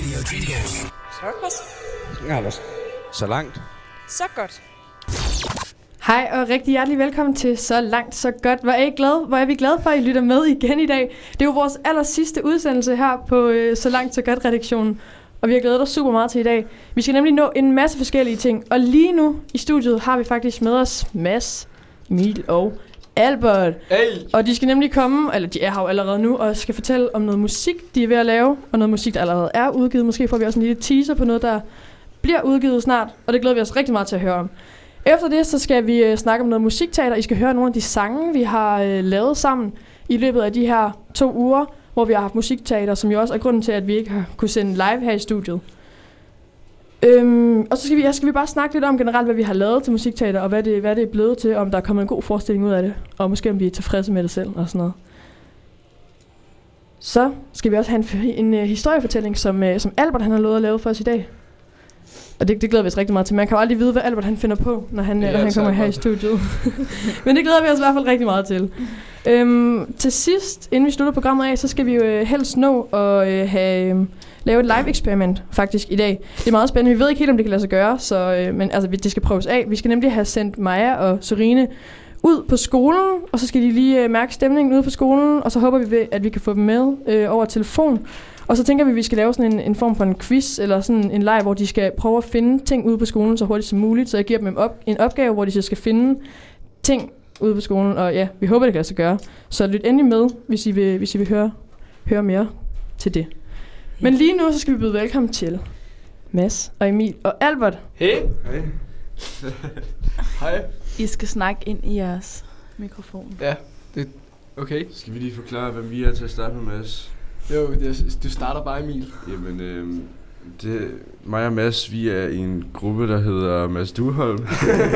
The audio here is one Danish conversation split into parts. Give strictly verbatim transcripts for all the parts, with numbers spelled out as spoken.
Anders. Så langt. Så godt. Hej og rigtig hjertelig velkommen til Så Langt, Så Godt. Hvor er, I glad, hvor er vi glade for, at I lytter med igen i dag. Det er jo vores aller sidste udsendelse her på øh, Så Langt, Så Godt-redaktionen. Og vi har glædet os super meget til i dag. Vi skal nemlig nå en masse forskellige ting. Og lige nu i studiet har vi faktisk med os Mads, Emil og Albert. Hey. Og de skal nemlig komme, eller de er her jo allerede nu, og skal fortælle om noget musik, de er ved at lave. Og noget musik, der allerede er udgivet. Måske får vi også en lille teaser på noget, der bliver udgivet snart. Og det glæder vi os rigtig meget til at høre om. Efter det, så skal vi øh, snakke om noget musikteater. I skal høre nogle af de sange, vi har øh, lavet sammen i løbet af de her to uger, hvor vi har haft musikteater, som jo også er grunden til, at vi ikke har kunne sende live her i studiet. Øhm, og så skal vi, ja, skal vi bare snakke lidt om generelt, hvad vi har lavet til musikteater, og hvad det, hvad det er blevet til, om der er kommet en god forestilling ud af det, og måske om vi er tilfredse med det selv og sådan noget. Så skal vi også have en, en, en historiefortælling, som, øh, som Albert han har lovet at lave for os i dag. Og det, det glæder vi os rigtig meget til. Man kan jo aldrig vide, hvad Albert han finder på, når han, ja, når han kommer her i studiet. Men det glæder vi os i hvert fald rigtig meget til. Øhm, til sidst, inden vi slutter programmet af, så skal vi jo øh, helst nå at øh, have øh, lavet et live-eksperiment faktisk i dag. Det er meget spændende. Vi ved ikke helt, om det kan lade sig gøre, så, øh, men altså, det skal prøves af. Vi skal nemlig have sendt Maja og Sorine ud på skolen, og så skal de lige øh, mærke stemningen ude på skolen, og så håber vi, ved, at vi kan få dem med øh, over telefon. Og så tænker vi, at vi skal lave sådan en, en form for en quiz, eller sådan en leg, hvor de skal prøve at finde ting ude på skolen så hurtigt som muligt. Så jeg giver dem en, op, en opgave, hvor de så skal finde ting ude på skolen. Og ja, vi håber, det kan lade sig gøre. Så lyt endelig med, hvis I vil, hvis I vil høre, høre mere til det. Men lige nu, så skal vi byde velkommen til Mads og Emil og Albert. Hey. Hej. Hej. I skal snakke ind i jeres mikrofon. Ja, det er okay. Skal vi lige forklare, hvem vi er til at starte med, Mads? Jo, det, du starter bare, Emil. Jamen, øh, det, mig og Mads, vi er i en gruppe, der hedder Mads Duholm.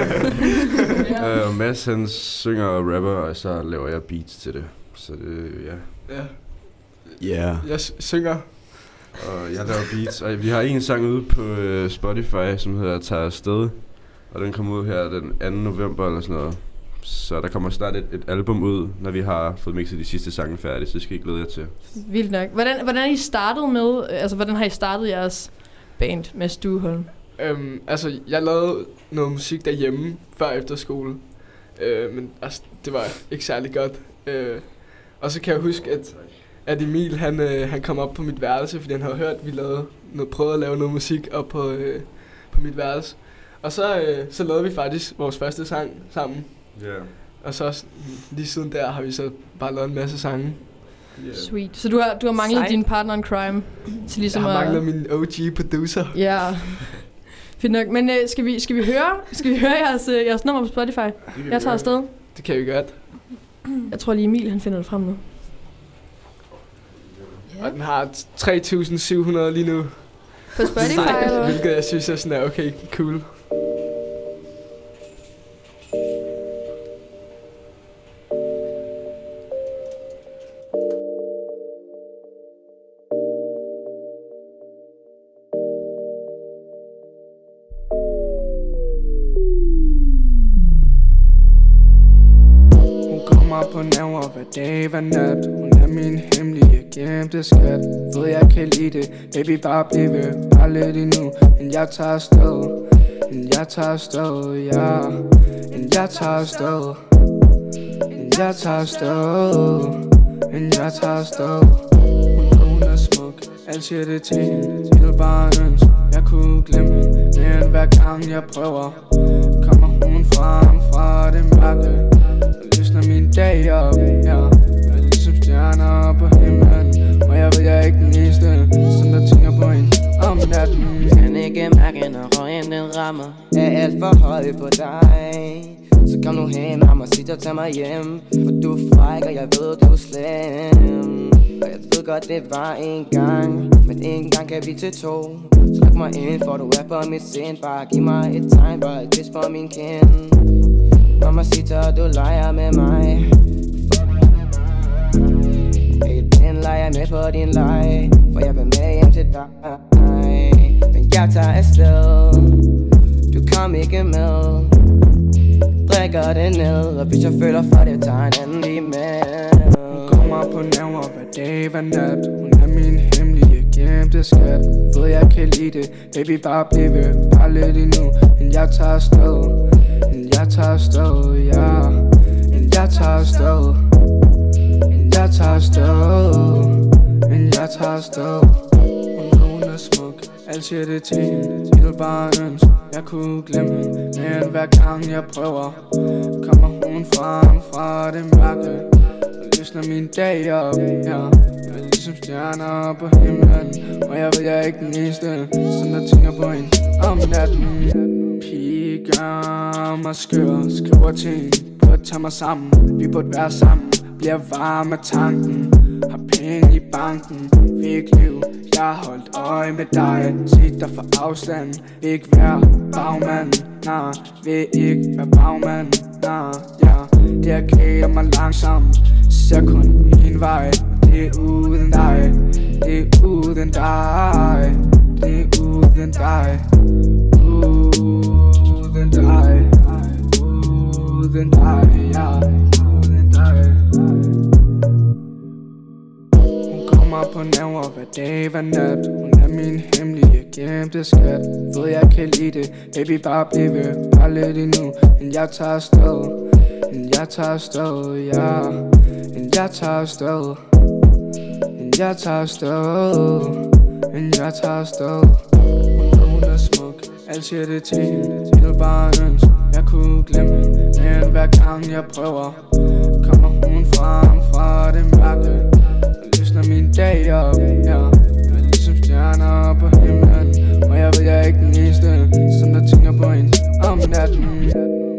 ja. Og Mads, han synger og rapper, og så laver jeg beats til det. Så det, ja. Ja. Ja. Yeah. Jeg s- synger. Og jeg laver beats, og vi har en sang ude på øh, Spotify, som hedder Tager Afsted. Og den kommer ud her den anden november eller sådan noget. Så der kommer snart et, et album ud, når vi har fået mixet de sidste sange færdige, så det skal I glæde jer til. Vildt nok. Hvordan, hvordan er I startet med, altså hvordan har I startet jeres band med Stueholm? Øhm, altså, jeg lavede noget musik derhjemme før efter skole. Øh, men altså, det var ikke særlig godt. Øh, og så kan jeg huske, at, at Emil, han, øh, han kom op på mit værelse, fordi han havde hørt, at vi lavede noget, prøvede at lave noget musik op på, øh, på mit værelse. Og så, øh, så lavede vi faktisk vores første sang sammen. Yeah. Og så lige siden der har vi så bare lavet en masse sange. Yeah. Sweet. Så du har, du har manglet Sejt. din partner in crime til ligesom Jeg har at... manglet min O G producer. Ja. Fint nok. Men øh, skal, vi, skal vi høre, skal vi høre jeres, øh, jeres nummer på Spotify? Jeg tager afsted. Det kan vi godt. Jeg tror lige Emil han finder det frem nu. Yeah. Og den har tre tusind syv hundrede lige nu. På Spotify eller? Hvilket jeg synes er sådan er okay cool. På nerver hver dag, hver nat. Hun er min hemmelige gemte skat. Ved jeg kan lide det, baby bare bliv ved. Bare lidt endnu, inden jeg tager afsted. Inden jeg tager afsted, ja. Inden jeg tager afsted. Inden jeg tager afsted. Inden jeg tager afsted. Hun er smuk, alt siger det til hende. Jeg vil bare ønske, jeg kunne glemme hende. Men hver gang jeg prøver, kommer hun frem fra det mørke. Løsner min dag op, ja. Jeg er ligesom stjerner på himlen. Og jeg ved, jeg er ikke den eneste, som der tænker på hende om natten. Kan ikke mærke, når røgen den rammer. Er alt for høj på dig. Så kom nu hen og sig og tag mig hjem. For du er fræk, og jeg ved, du er slem. Og jeg ved godt, det var en gang. Men en gang kan vi til to. Så luk mig ind, for du er på mit sind. Bare giv mig et tegn, bare et kys på min kind. Mamacita, du leger med mig. Helt blind leger med på din leg. For jeg vil med hjem til dig. Men jeg tager afsted. Du kom ikke med. Drikker det ned. Og hvis jeg føler for det, tager en anden lige med. Hun kommer på nerver hver dag, hver nat. Hun er min hemmelige glemte skat. Ved jeg kan lide det, baby bare bliv ved. Bare lidt endnu, inden jeg tager afsted. Inden jeg tager afsted, ja. Inden jeg tager afsted. Inden jeg tager afsted. Inden jeg tager afsted. Hun er smuk, alt siger det til hende. Jeg vil bare ønske, jeg kunne glemme hende. Men hver gang jeg prøver, kommer hun frem fra det mørke. Og løsner min dag op, ja. Jeg er ligesom stjerner på himlen. Og jeg ved, jeg er ikke den eneste, som der tænker på hende om natten. Pige gør mig skør, skriver til hende. Burde tage mig sammen, vi burde være sammen. Bliver varm af tanken, har penge i banken. Vil ikke leve, jeg har holdt øje med dig. Sit dig for afstand, vil ikke være bagmand. Nej, vil ikke være bagmand. Nej, ja, det er kæder mig langsomt. Ser kun en vej, og det er uden dig. Det er uden dig. Det er uden dig. Uden dig. Uden dig, ja. Uden dig. Hun kommer på nerver hver dag, hver nat. Hun er min hemmelige gemte skat. Ved jeg kan lide det, baby bare bliv ved. Bare lidt endnu, inden jeg tager afsted. Inden jeg tager afsted, ja. Inden jeg tager afsted. Inden jeg tager afsted. Inden jeg tager afsted. Hun er smuk, alt siger det til hende. Jeg vil bare ønske, jeg kunne glemme hende. Men hver gang jeg prøver, kommer hun frem fra det mørke. Og løsner min dag op, ja. Jeg er ligesom stjerner på himlen. Og jeg ved, jeg er ikke den eneste, som der tænker på hende om natten.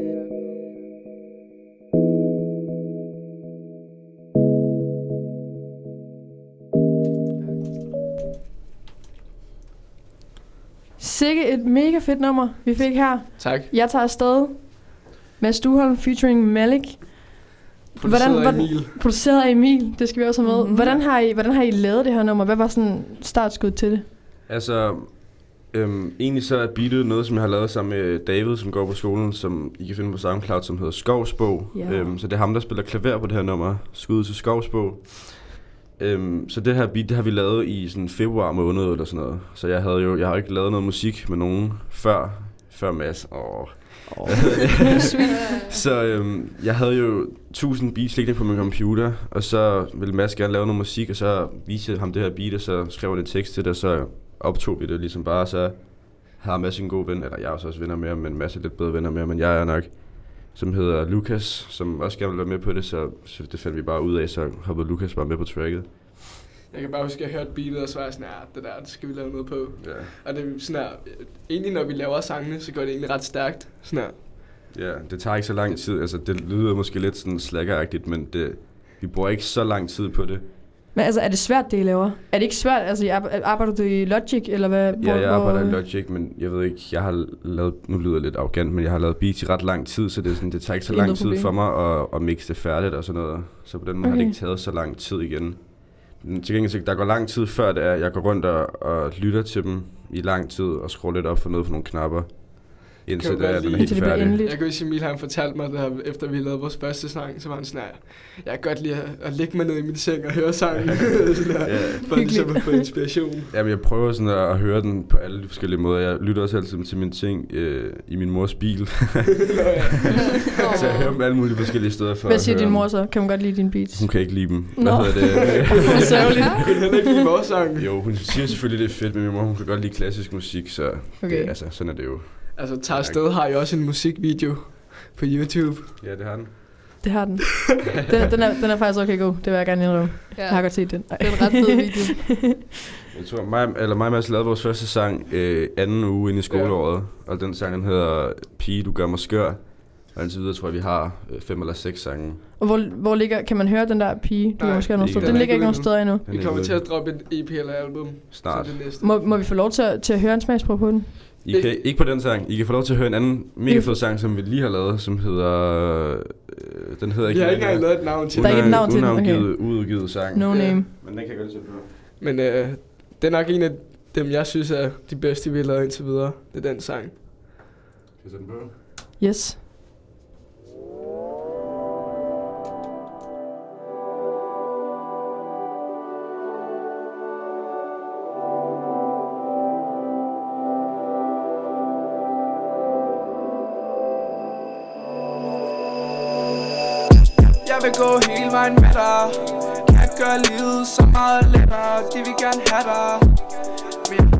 Sikke et mega fedt nummer, vi fik her. Tak. Jeg tager afsted. Mads Duholm featuring Malik. Produceret hvordan, af Emil. Produceret af Emil, det skal vi også have med. Mm-hmm. Hvordan har I, hvordan har I lavet det her nummer? Hvad var sådan startskud til det? Altså, øhm, egentlig så er beatet noget, som jeg har lavet sammen med David, som går på skolen, som I kan finde på SoundCloud, som hedder Skovsbog. Ja. Øhm, så det er ham, der spiller klaver på det her nummer. Skud til Skovsbog. Øhm, så det her beat, det har vi lavet i sådan februar måned eller sådan noget. Så jeg havde jo, jeg har ikke lavet noget musik med nogen før, før Mads. Åh. Oh. Så øhm, jeg havde jo tusind beats liggende på min computer, og så ville Mads gerne lave noget musik, og så viste jeg ham det her beat, og så skrev han en tekst til det, og så optog vi det ligesom bare, så har Mads en god ven, eller jeg er også venner med, men Mads er lidt bedre venner med, men jeg er nok, som hedder Lukas, som også gerne vil være med på det, så, så det fandt vi bare ud af, så hoppede Lukas bare med på tracket. Jeg kan bare huske, at jeg hørte beatet, og så var jeg sådan, ja, det der, det skal vi lave noget på. Ja. Og det er sådan her, egentlig når vi laver sangene, så går det egentlig ret stærkt. Sådan her. Ja, det tager ikke så lang tid, altså det lyder måske lidt sådan slackeragtigt, men det, vi bruger ikke så lang tid på det. Men altså, er det svært, det I laver? Er det ikke svært? Altså, arbejder du i Logic, eller hvad? Ja, jeg arbejder i Logic, men jeg ved ikke, jeg har lavet, nu lyder jeg lidt arrogant, men jeg har lavet beats i ret lang tid, så det, er sådan, det tager ikke så lang tid for mig at, at mixe det færdigt og sådan noget. Så på den måde okay. har det ikke taget så lang tid igen. Til gengæld, der går lang tid før det er, jeg går rundt og, og lytter til dem i lang tid og skruer lidt op for noget for nogle knapper. Indtil det er, den er helt færdig. Jeg kan huske, Emil han fortalte mig det her, efter vi lavede vores første sang, så var han sådan her, jeg kan godt lide at, at ligge mig ned i min seng og høre sangen, sådan her, yeah. For ligesom at få inspiration. Jamen jeg prøver sådan at, at høre den på alle de forskellige måder. Jeg lytter også altid til mine ting øh, i min mors bil. Så jeg hører dem alle mulige forskellige steder for. Hvad siger din mor så? Kan hun godt lide dine beats? Hun kan ikke lide dem. Nå. Hvad hedder det? Hvor sørgeligt. Hun kan ikke lide vores sang. Jo, hun siger selvfølgelig, det er fedt, men min mor hun kan godt lide klassisk musik, så okay. det, altså, sådan er det jo. Altså, Tager Afsted har jo også en musikvideo på YouTube. Ja, det har den. Det har den. den, den, er, den er faktisk okay god. Det vil jeg gerne indrømme. Ja. Jeg har godt set den. Det er en ret fed video. Jeg tror, mig, eller mig og Mads lavede vores første sang øh, anden uge inde i skoleåret. Ja. Og den sang, den hedder Pige, du gør mig skør. Og indtil videre tror jeg, vi har øh, fem eller seks sange. Og hvor, hvor ligger, kan man høre den der Pige, du gør mig skør nogle steder? Den, den ligger ikke nogen steder endnu. Vi kommer til at droppe et E P eller album. Snart. Det næste. Må, må vi få lov til at, til at høre en smagsprøve på den? I kan, ikke på den sang. I kan få lov til at høre en anden mega fed sang, som vi lige har lavet, som hedder... Øh, den hedder ikke... Vi har ikke engang lavet et navn til den. Der er ikke et navn til den, okay. Uudgivet sang. No name. Ja. Men den kan jeg godt sætte på. Men øh, det er nok en af dem, jeg synes er de bedste, vi har lavet indtil videre. Det er den sang. Skal jeg sætte den på? Yes. vil gå hele vejen med dig. Kan gøre livet så meget lettere. De vil gerne have dig. Men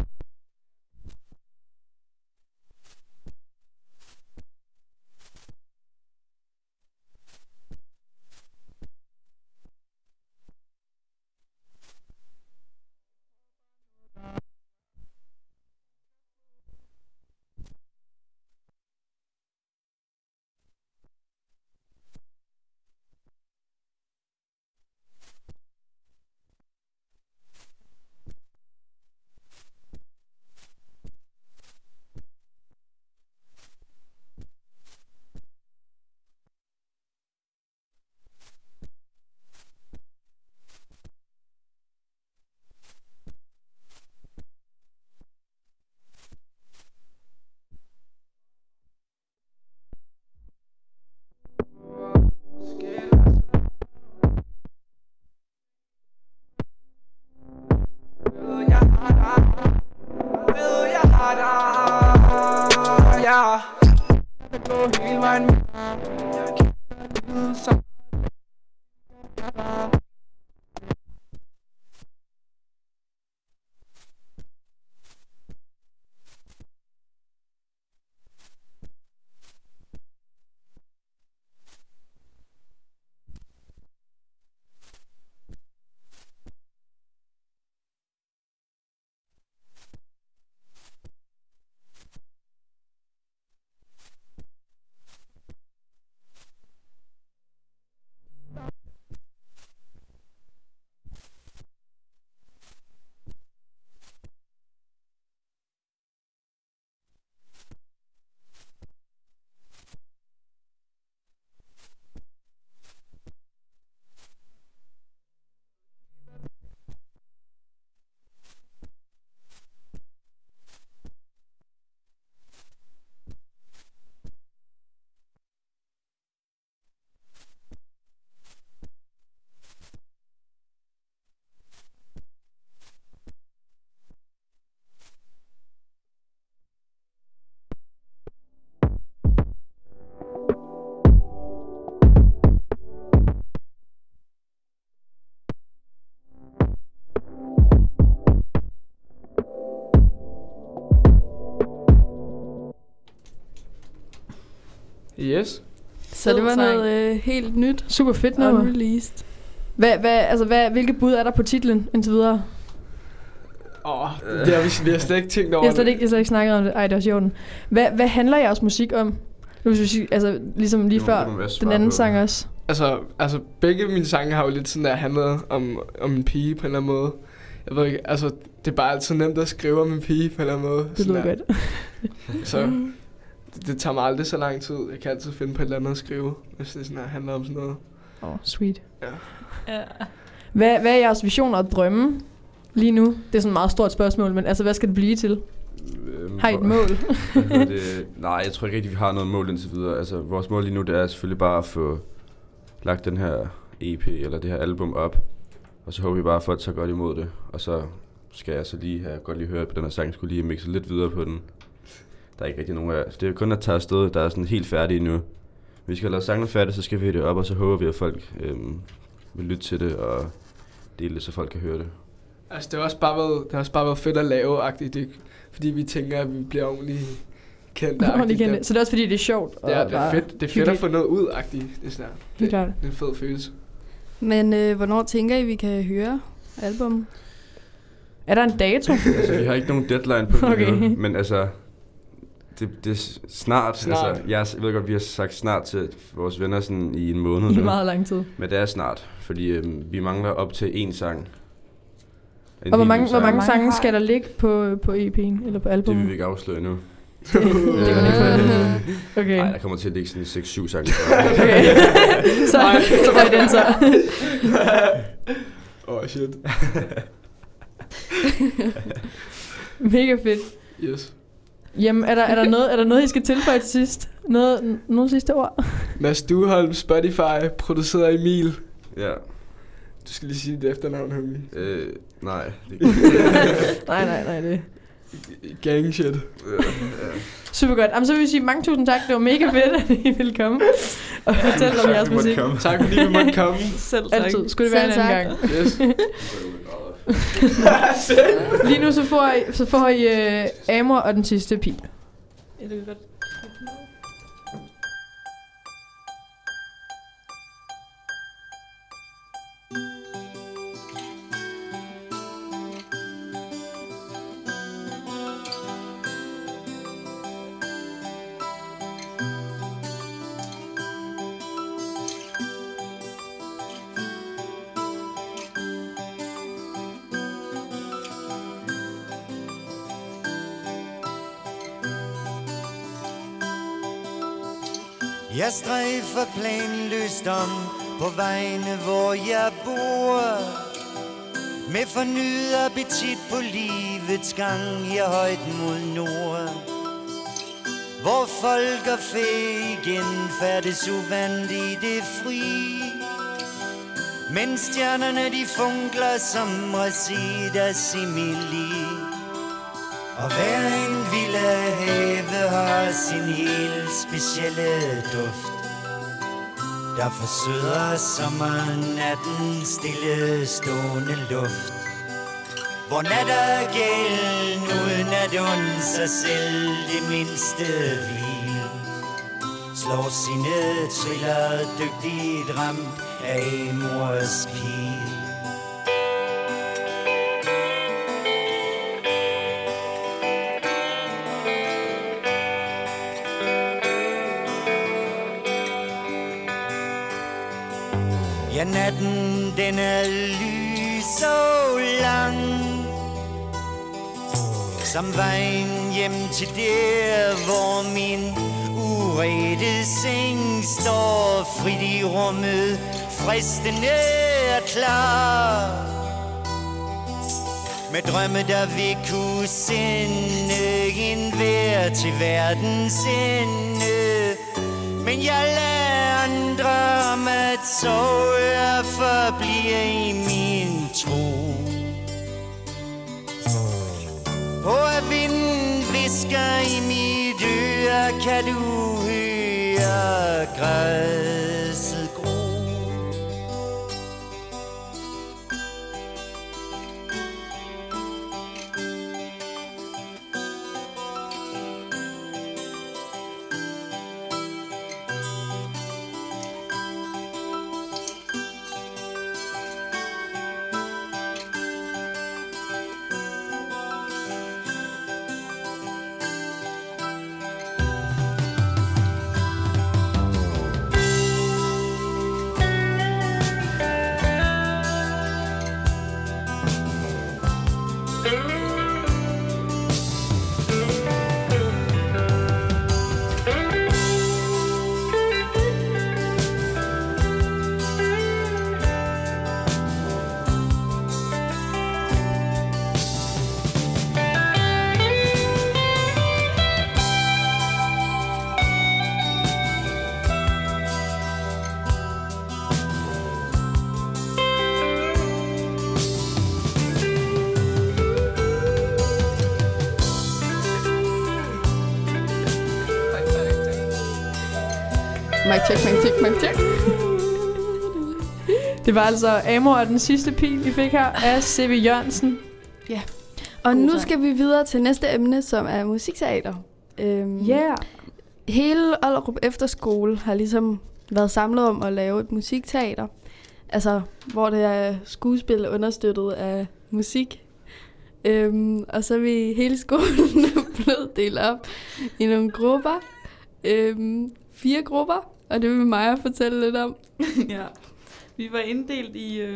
Yes. Så det var noget øh, helt nyt. Super fedt nummer. Unreleased. Hvad, hvad, altså, hvad, hvilke bud er der på titlen indtil videre? Åh, oh, det har vi, vi har slet ikke tænkt over. Jeg har slet ikke, jeg har slet ikke snakket om det. Ej, det var sjovt. Hvad, hvad handler jeres musik om? Nu hvis vi, altså, ligesom lige før den anden sang også. Altså, altså, begge mine sange har jo lidt sådan der handlet om, om en pige på en eller anden måde. Jeg ved ikke, altså, det er bare altid nemt at skrive om en pige på en eller anden måde. Det lyder godt. Så det, det tager mig aldrig så lang tid. Jeg kan altid finde på et eller andet at skrive, hvis det sådan her handler om sådan noget. Åh, oh, sweet. Ja. Ja. Hvad, hvad er jeres visioner og drømme lige nu? Det er sådan et meget stort spørgsmål, men altså, hvad skal det blive til? Øhm, har I et mål? det, nej, jeg tror ikke rigtig, vi har noget mål indtil videre. Altså, vores mål lige nu, det er selvfølgelig bare at få lagt den her E P eller det her album op. Og så håber vi bare, at folk tager godt imod det. Og så skal jeg så lige have godt lige hørt på den her sang, skulle lige mixe lidt videre på den. Der er ikke rigtig nogen af. Det er kun at tage afsted, der er sådan helt færdige nu. Hvis vi skal have lavet sangen færdig, så skal vi have det op, og så håber vi, at folk øhm, vil lytte til det og dele det, så folk kan høre det. Altså, det har også bare været, det har også bare været fedt at lave-agtigt, det, fordi vi tænker, at vi bliver ordentligt kendt. kendte. Så det er også fordi, det er sjovt. Ja, det er fedt, det er fedt at få noget ud-agtigt. Det er, sådan, det, det er en fed følelse. Men øh, hvornår tænker I, vi kan høre album? Er der en dato? Altså, vi har ikke nogen deadline på det okay. nu, men altså, det, det er snart. snart. Altså, jeg ved godt, vi har sagt snart til vores venner sådan i en måned nu. I meget lang tid. Men det er snart, fordi øhm, vi mangler op til én sang. En og hvor mange, sang. hvor mange sange skal der ligge på, på E P'en eller på albumet? Det vil vi ikke afsløre endnu. det, det kan ikke få. Okay. Nej, der kommer til at ligge sådan seks syv sange. Okay. så, så var den så. Åh, oh, shit. Mega fedt. Yes. Jamen, er der, er der, noget, er der noget, I skal tilføje til sidst? Noget, nogle sidste ord? Mads Duholm, Spotify, producerer Emil. Ja. Du skal lige sige det efternavn, Hemmi. Øh, nej. Det nej, nej, nej, det. gang shit. Ja, ja. Super godt. Jamen, så vil vi sige mange tusind tak. Det var mega fedt, at I ville komme og fortælle om jeres musik. Tak fordi vi måtte komme. Selv tak. Altid. Skulle det være en Selv anden gang. Yes. Lige nu så får I, så får I uh, Amor og den sidste pil. Ja, det kan godt. Jeg strejfer planløst om på vejene, hvor jeg bor, med fornyet appetit på livets gang, jeg højt mod nord, hvor folk og fæ igen færdes uvand i det fri, mens stjernerne de funkler som reciter simili. Og hver en lille have har sin helt specielle duft, der forsøder sommernattens stille stående luft, hvor nat er gælden uden at undre sig selv det mindste hvil, slår sine triller dygtigt ramt af mors pil. Ja, natten den er lys og lang, som vejen hjem til der, hvor min urede seng står frit i rummet, fristende og klar, med drømme, der vil kunne sende enhver til verdens ende. Men jeg lader andre om at sove og forblive i min tro på at vinden visker i mit øre, kan du høre græsset gro. Mic check, mic check, mic check. Det var altså Amor og den sidste pil, vi fik her af C V Jørgensen. Ja. Og nu skal vi videre til næste emne, som er musikteater. Øhm, Yeah. Hele Ollerup Efterskole har ligesom været samlet om at lave et musikteater. Altså, hvor det er skuespil understøttet af musik. Øhm, og så er vi hele skolen blevet delt op i nogle grupper. Øhm, fire grupper, og det vil Maja fortælle lidt om. Ja, vi var inddelt i øh...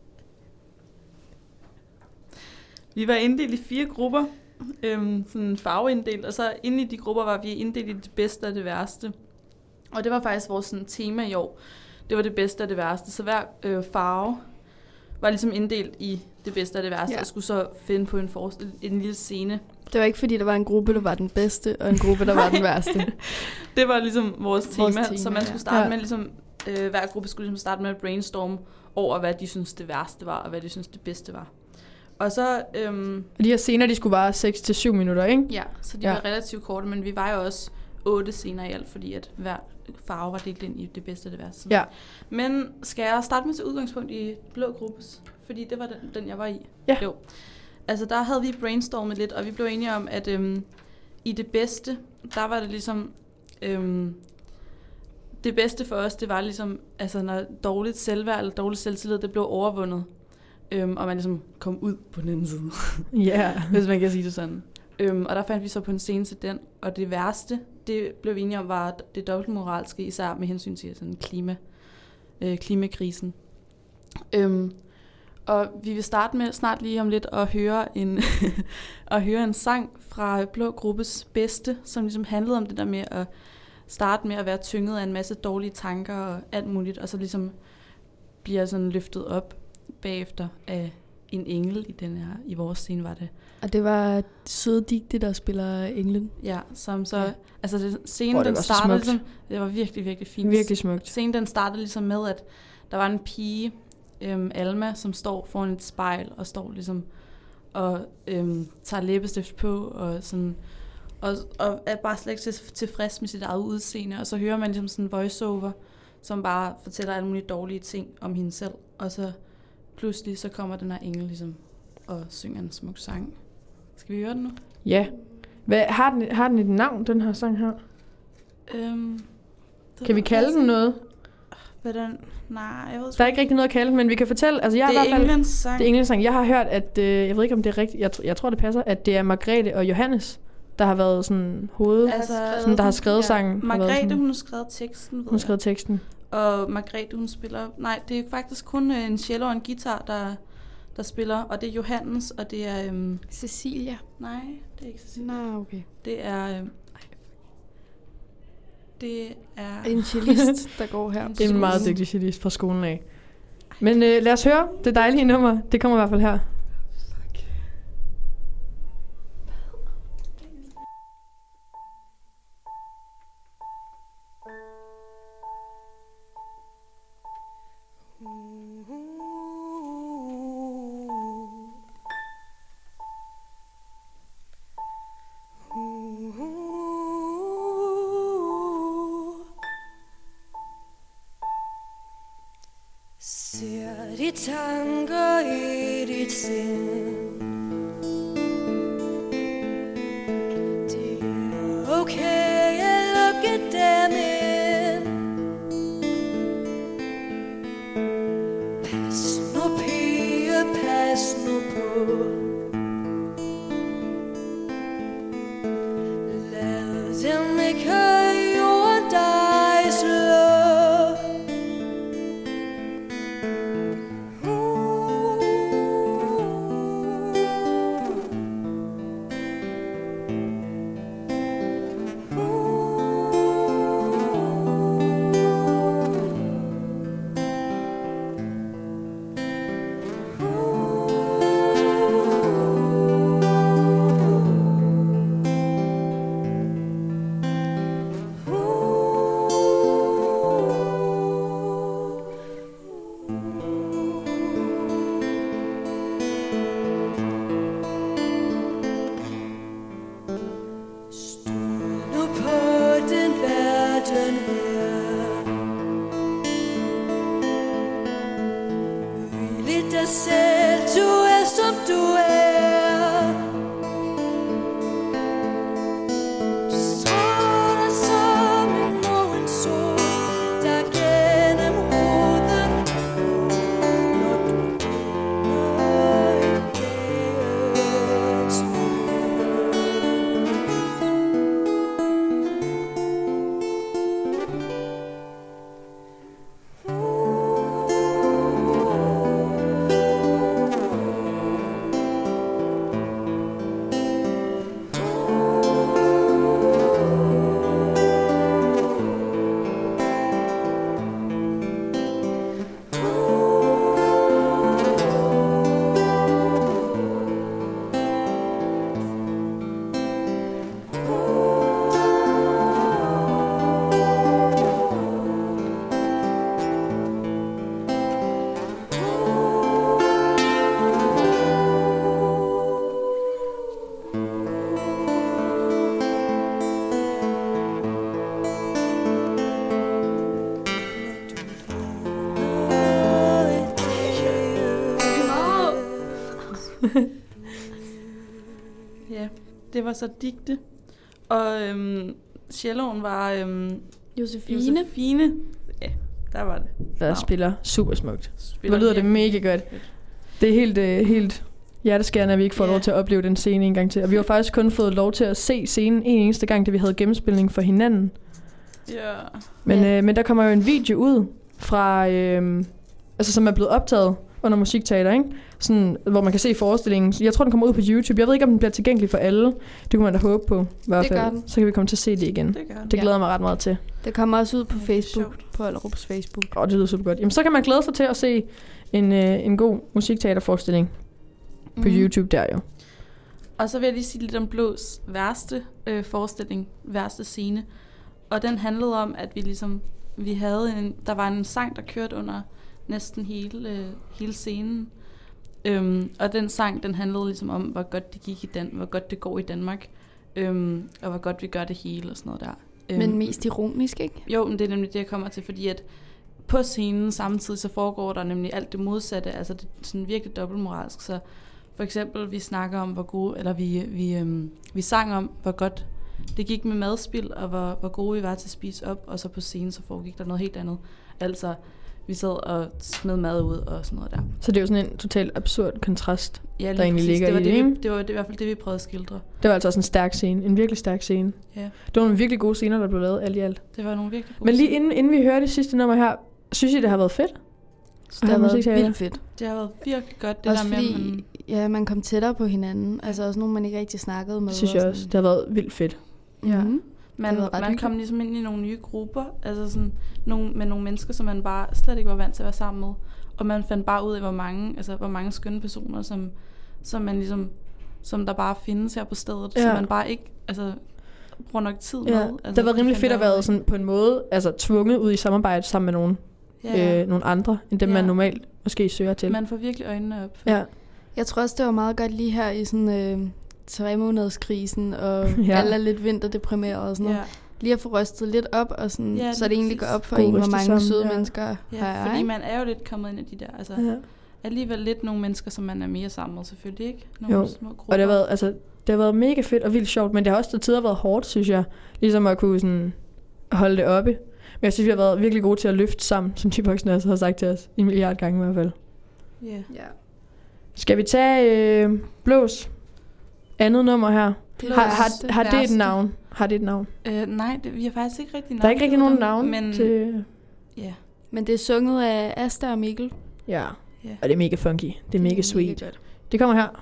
vi var inddelt i fire grupper, øhm, sådan farveinddelt, og så inde i de grupper var vi inddelt i det bedste og det værste. Og det var faktisk vores sådan, tema i år. Det var det bedste og det værste. Så hver øh, farve var ligesom inddelt i det bedste og det værste, ja. Og skulle så finde på en, forestil- en lille scene. Det var ikke fordi, der var en gruppe, der var den bedste, og en gruppe, der var den værste. Det var ligesom vores tema, vores tema så man skulle ja. starte ja. med, ligesom, øh, hver gruppe skulle ligesom starte med at brainstorme over, hvad de synes det værste var, og hvad de synes det bedste var. Og så... Øhm, og de her scener, de skulle vare seks til syv minutter, ikke? Ja, så de ja. var relativt korte, men vi var jo også otte scener i alt, fordi at hver farve var delt ind i det bedste og det værste. Ja. Men skal jeg starte med til udgangspunkt i blå gruppes? Fordi det var den, den jeg var i. Ja. Jo. Altså der havde vi brainstormet lidt, og vi blev enige om, at øhm, i det bedste, der var det ligesom... Øhm, det bedste for os, det var ligesom, altså når dårligt selvværd eller dårligt selvtillid, det blev overvundet. Øhm, og man ligesom kom ud på den anden side. Ja. Yeah. Hvis man kan sige det sådan. Øhm, og der fandt vi så på en scene til den. Og det værste, det blev vi enige om, var det dobbeltmoralske, især med hensyn til sådan klima, øh, klimakrisen. Øhm, og vi vil starte med snart lige om lidt at høre en, at høre en sang fra Blå Gruppes bedste, som ligesom handlede om det der med at starte med at være tynget af en masse dårlige tanker og alt muligt, og så ligesom bliver sådan løftet op bagefter af en engel i den her, i vores scene var det. Og det var søde Digte, der spiller englen. Ja, som så, ja. altså det, scenen Hvor det den var startede ligesom, det var virkelig, virkelig fint. Virkelig smukt. Scenen den startede ligesom med, at der var en pige, øhm, Alma, som står foran et spejl, og står ligesom, og øhm, tager læbestift på, og sådan, og, og er bare slet ikke tilfreds med sit eget udseende, og så hører man ligesom sådan en voiceover, som bare fortæller alle mulige dårlige ting om hende selv, og så pludselig så kommer den her engel ligesom og synger en smuk sang. Skal vi høre den nu? Ja. Hvad, har, den, har den et navn, den her sang her? Øhm, kan vi kalde den noget? Hvordan? Nej, jeg ved Der er ikke rigtig noget at kalde den, men vi kan fortælle... Altså, jeg det er er i hvert fald, englenes sang. Det er englenes sang. Jeg har hørt, at... Øh, jeg ved ikke, om det er rigtigt. Jeg, jeg tror, det passer, at det er Margrethe og Johannes, der har været sådan hoved... Altså, sådan, der har skrevet ja. sangen. Margrethe, hun har skrevet teksten. Hun har skrevet teksten. Og Margrethe, hun spiller... Nej, det er faktisk kun en cello og en guitar, der, der spiller. Og det er Johannes, og det er... Øhm, Cecilia. Nej, det er ikke Cecilia. Nej, okay. Det er... Øhm, det er... En cellist, der går her. Det er en meget dygtig cellist fra skolen af. Men øh, lad os høre det dejlige nummer. Det kommer i hvert fald her. Ser de tanker i dit sind. Det er okay at lukke dem ind. Pas nu pige, pas nu på. Lad dem ikke jorden dig slå. Ja, det var så digte. Og øhm, celloen var øhm, Josefine. Josefine. Ja, der var det. Der spiller super smukt. Spiller Hvor lyder det virkelig mega godt. Det er helt, øh, helt hjerteskærende, at vi ikke får Ja. lov til at opleve den scene en gang til. Og vi har faktisk kun fået lov til at se scenen en eneste gang, da vi havde gennemspilning for hinanden. Ja. Men, Ja. øh, men der kommer jo en video ud fra, øh, altså som er blevet optaget under musikteater, ikke? Sådan, hvor man kan se forestillingen. Jeg tror, den kommer ud på YouTube. Jeg ved ikke, om den bliver tilgængelig for alle. Det kunne man da håbe på. I hvert Det gør fald. den. Så kan vi komme til at se det igen. Det gør den. Det glæder jeg mig ret meget til. Det kommer også ud på Ja, det er Facebook, sjovt. på Allerups Facebook. Åh, det lyder super godt. Jamen, så kan man glæde sig til at se en, øh, en god musikteaterforestilling på Mhm. YouTube der jo. Og så vil jeg lige sige lidt om Blås værste øh, forestilling, værste scene. Og den handlede om, at vi ligesom, vi havde en, der var en sang, der kørte under næsten hele, øh, hele scenen. Øhm, og den sang, den handlede ligesom om, hvor godt det gik i Dan- hvor godt det går i Danmark. Øhm, og hvor godt vi gør det hele og sådan noget der. Øhm, Men mest ironisk, ikke? Jo, men det er nemlig det, jeg kommer til, fordi at på scenen samtidig, så foregår der nemlig alt det modsatte, altså det er sådan virkelig dobbeltmoralsk. Så for eksempel, vi snakker om, hvor gode, eller vi, vi, øhm, vi sang om, hvor godt det gik med madspild, og hvor, hvor gode vi var til at spise op, og så på scenen, så foregik der noget helt andet. Altså, vi sad og smed mad ud og sådan noget der. Så det er jo sådan en totalt absurd kontrast, Ja, der lige egentlig præcis. ligger det var i det, det, vi, ikke? det var det, i hvert fald det, vi prøvede at skildre. Det var altså også en stærk scene. En virkelig stærk scene. Ja, Det var nogle virkelig gode scener, der blev lavet alt i alt. det var nogle virkelig gode Men lige scener. inden, inden vi hører det sidste nummer her, synes I, det har været fedt? Så Og det har have været musikteater. vildt fedt. Det har været virkelig godt, det Også der med, fordi, at man, ja, man kom tættere på hinanden. Altså også nogen, man ikke rigtig snakkede med. Det synes og jeg sådan. også. Det har været vildt fedt. Ja. Mhm. Man, Det var ret man hyggeligt. kom ligesom ind i nogle nye grupper, altså sådan nogle, med nogle mennesker, som man bare slet ikke var vant til at være sammen med. Og man fandt bare ud af, hvor mange, altså, hvor mange skønne personer, som, som man ligesom, som der bare findes her på stedet, Ja. som man bare ikke altså, bruger nok tid med. Ja. Altså, Det har været rimelig fandt fedt at jeg ud være af. sådan på en måde altså tvunget ud i samarbejde sammen med nogen, Ja, øh, nogle andre, end dem Ja. man normalt måske søger til. man får virkelig øjnene op. For Ja. Jeg tror også, det var meget godt lige her i sådan øh, tre månederskrisen, og Ja. ja. alle er lidt vinterdeprimeret og sådan noget. Ja, Lige at få rystet lidt op, og sådan, Ja, ja, så lige det egentlig går præcis. op for God en, hvor ryste mange sammen, søde ja. mennesker ja, har jeg, fordi ikke? man er jo lidt kommet ind i de der, altså Ja. alligevel lidt nogle mennesker, som man er mere sammen med, selvfølgelig ikke? Nogle Jo. små grupper. Og det har været, altså, det har været mega fedt og vildt sjovt, men det har også til tider været hårdt, synes jeg. Ligesom at kunne sådan holde det oppe. Men jeg synes, vi har været virkelig gode til at løfte sammen, som de voksne også har sagt til os. En milliard gange i hvert fald. Ja. Ja. Skal vi tage øh, Blås andet nummer her? Det Har, værste. har, har det et værste. navn? Har det et navn? Øh, nej, det, vi har faktisk ikke rigtig Der er ikke rigtig nogen navn men, til... Ja. Men det er sunget af Asta og Mikkel. Ja. Ja. Og det er mega funky. Det er mega sweet. godt. Det kommer her.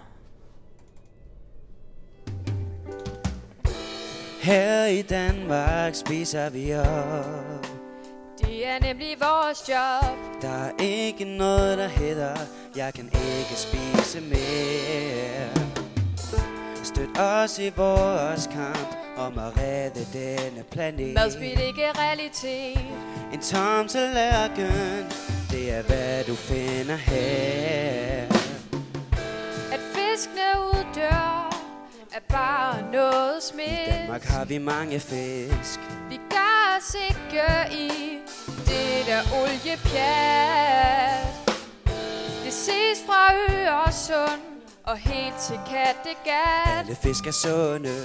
Her i Danmark spiser vi op. Det er nemlig vores job. Der er ikke noget, der hedder, jeg kan ikke spise mere. Støt os i vores kamp om at redde denne planet. Madspil ikke realitet. En tom tallerken, det er hvad du finder her. At fiskene uddør er bare noget I smidt. Danmark har vi mange fisk. Vi gør os ikke i det der oliepjat. Det ses fra Øresund og helt til Kattegat. Alle fisk er sunde.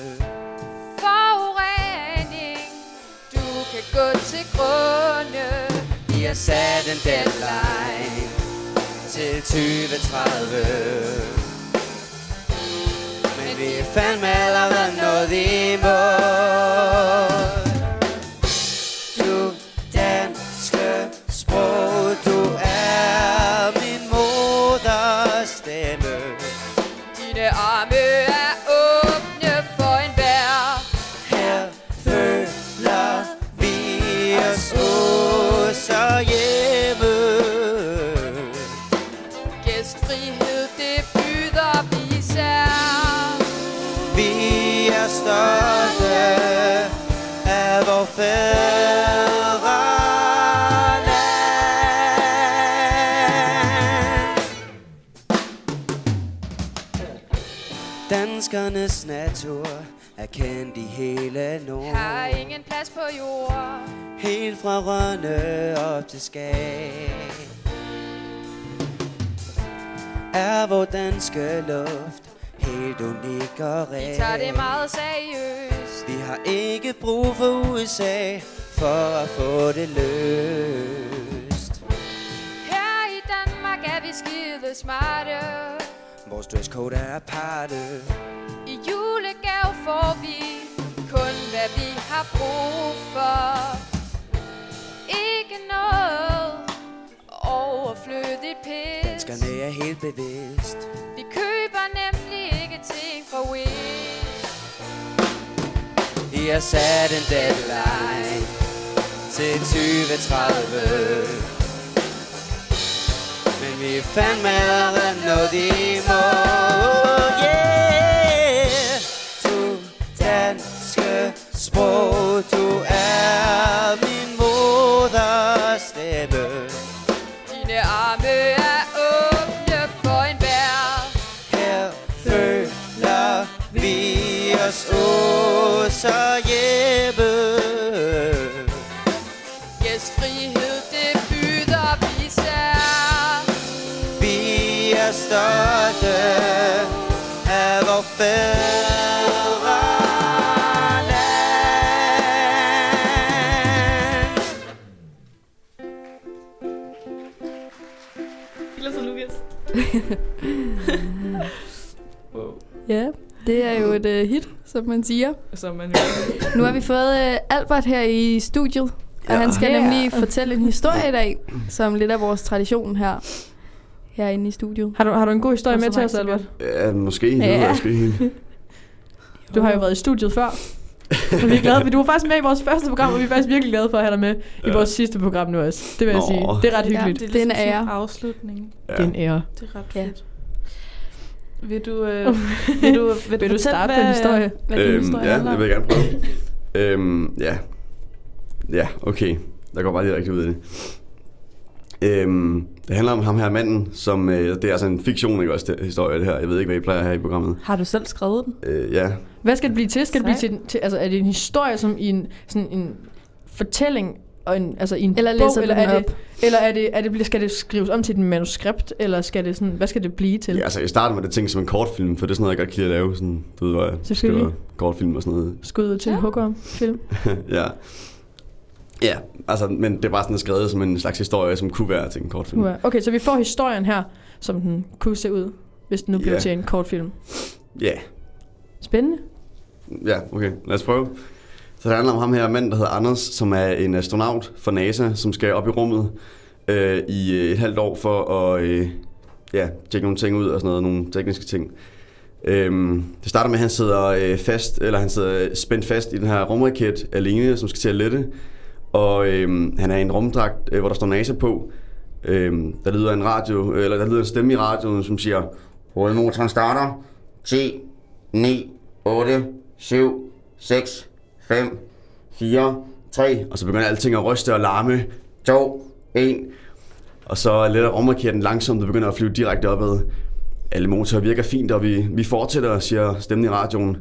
Forurening, du kan gå til grunde. Vi har sat en deadline til tyve tredive. Men vi er fandme allerede nået i mål. Du danske sprog, du er min moderstemme. Dine arme er åbne for enhver. Her føler vi os oh, så hjemme. Gæstfrihed, det byder vi især. Vi er stolte af vor fædreland. Danskernes natur er kendt i hele Norden. Har ingen plads på jorden. Helt fra Rønne op til Skagen. er vor danske luft helt unik og ren. Vi tager det meget seriøst. Vi har ikke brug for U S A for at få det løst. Her i Danmark er vi skide smarte. Vores dresscode er aparte. I julegave får vi kun hvad vi har brug for. Ikke noget overflødigt pis. Danskerne er helt bevidst. Vi køber nemlig ikke ting fra Wish. Vi har sat en deadline til tyve tredive. Men vi er fandme allerede nået i mål. Yeah! Du danske sprog, du er min moderstemme. Dine arme er åbne for enhver. Her føler vi os åh så hjemme. Gæstfrihed, det byder vi sær. Vi er stolte af vor fædreland. Ellers er Lukas. Wow. Ja, det er jo et uh, hit, som man siger. Som man Nu har vi fået uh, Albert her i studiet, og Ja. han skal Ja. nemlig fortælle en historie i dag, som lidt af vores tradition her herinde i studiet. Har du, har du en god historie Og så med til langt, os, så Albert? Ja, måske. Det Ja. ved jeg sgu ikke helt. Du har jo været i studiet før. Og vi er glade for, du var faktisk med i vores første program, og vi er faktisk virkelig glade for at have dig med i Ja. vores sidste program nu også. Det vil jeg Nå. sige. Det er ret hyggeligt. Ja. Det Det er er en ligesom ære. sådan en afslutning. Ja. Det er en ære. Det er ret Ja. fedt. Vil du, øh, vil du, vil Vil du fortælle, starte på hvad, en historie? hvad din Øhm, historie ja, handler det om? vil jeg gerne prøve. øhm, ja. Ja, okay. Der går bare lige rigtig ud i det. Øhm, det handler om ham her manden, som... Øh, det er altså en fiktion, ikke også, det, historie det her. Jeg ved ikke, hvad I plejer her i programmet. Har du selv skrevet den? Øh, ja. Hvad skal det blive til? Skal det blive Sej. til, til altså er det en historie som i en sådan en fortælling og en altså i en Eller bog, læser eller du den er op? det eller er det er det skal det skrives om til et manuskript, eller skal det sådan hvad skal det blive til? Ja, altså i starten var det tænkt som en kortfilm, for det er sådan noget, jeg godt kan lide at lave. Sådan, du ved, hvor jeg Selvfølgelig. skriver kortfilm og sådan noget. Skud ud til Ja. ja. Hugger film. Ja. Ja, altså, men det er bare sådan skrevet som en slags historie, som kunne være til en kortfilm. Okay, så vi får historien her, som den kunne se ud, hvis den nu blev Ja. til en kortfilm. Ja. Spændende. Ja, okay. Lad os prøve. Så det handler om ham her mand, der hedder Anders, som er en astronaut for NASA, som skal op i rummet øh, i øh, et halvt år for at øh, ja, tjekke nogle ting ud og sådan noget, nogle tekniske ting. Øhm, det starter med, at han sidder øh, fast, eller han sidder spændt fast i den her rumraket alene, som skal til at lette. Og øhm, han er i en rumdragt, øh, hvor der står NASA på. Øhm, der lyder en radio, eller der lyder en stemme i radioen, som siger: "Hovedmotoren starter. ti, ni, otte, syv, seks, fem, fire, tre." Og så begynder alting at ryste og larme. to, et. Og så letter rumraketten langsomt og begynder at flyve direkte opad. Alle motorer virker fint, og vi, vi fortsætter, siger stemmen i radioen.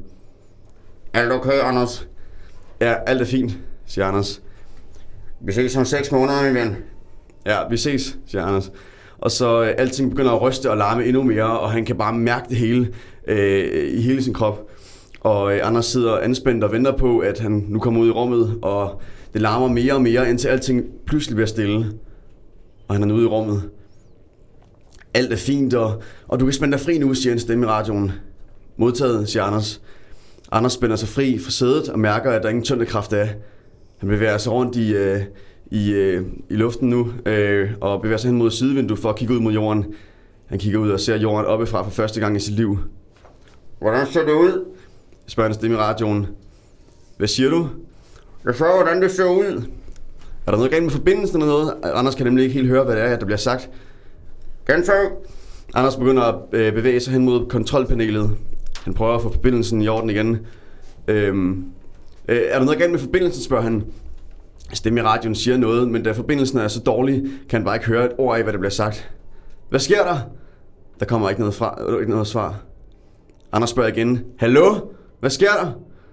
"Alt okay, Anders?" "Ja, alt er fint," siger Anders. "Vi ses om seks måneder, min ven." "Ja, vi ses," siger Anders. Og så øh, alting begynder at ryste og larme endnu mere, og han kan bare mærke det hele øh, i hele sin krop. Og øh, Anders sidder anspændt og venter på, at han nu kommer ud i rummet, og det larmer mere og mere, indtil alting pludselig bliver stille. Og han er nu ude i rummet. "Alt er fint, og, og du kan spænde dig fri nu," siger en stemme i radioen. "Modtaget," siger Anders. Anders spænder sig fri fra sædet og mærker, at der ingen tyngdekraft er. Han bevæger sig rundt i, øh, i, øh, i luften nu, øh, og bevæger sig hen mod sidevinduet for at kigge ud mod jorden. Han kigger ud og ser jorden oppefra for første gang i sit liv. "Hvordan ser det ud?" spørger en stemme i radioen. "Hvad siger du?" "Jeg spørger, hvordan det ser ud." "Er der noget galt med forbindelsen eller noget?" Anders kan nemlig ikke helt høre, hvad det er, der bliver sagt. "Gentag." Anders begynder at øh, bevæge sig hen mod kontrolpanelet. Han prøver at få forbindelsen i orden igen. Øhm, øh, "Er der noget galt med forbindelsen?" spørger han. Stemme i radioen siger noget, men da forbindelsen er så dårlig, kan han bare ikke høre et ord af, hvad der bliver sagt. "Hvad sker der?" Der kommer ikke noget, fra, øh, ikke noget svar. Anders spørger igen. "Hallo? Hvad sker der?"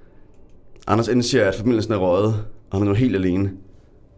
Anders indser, at forbindelsen er røget, og han er nu helt alene.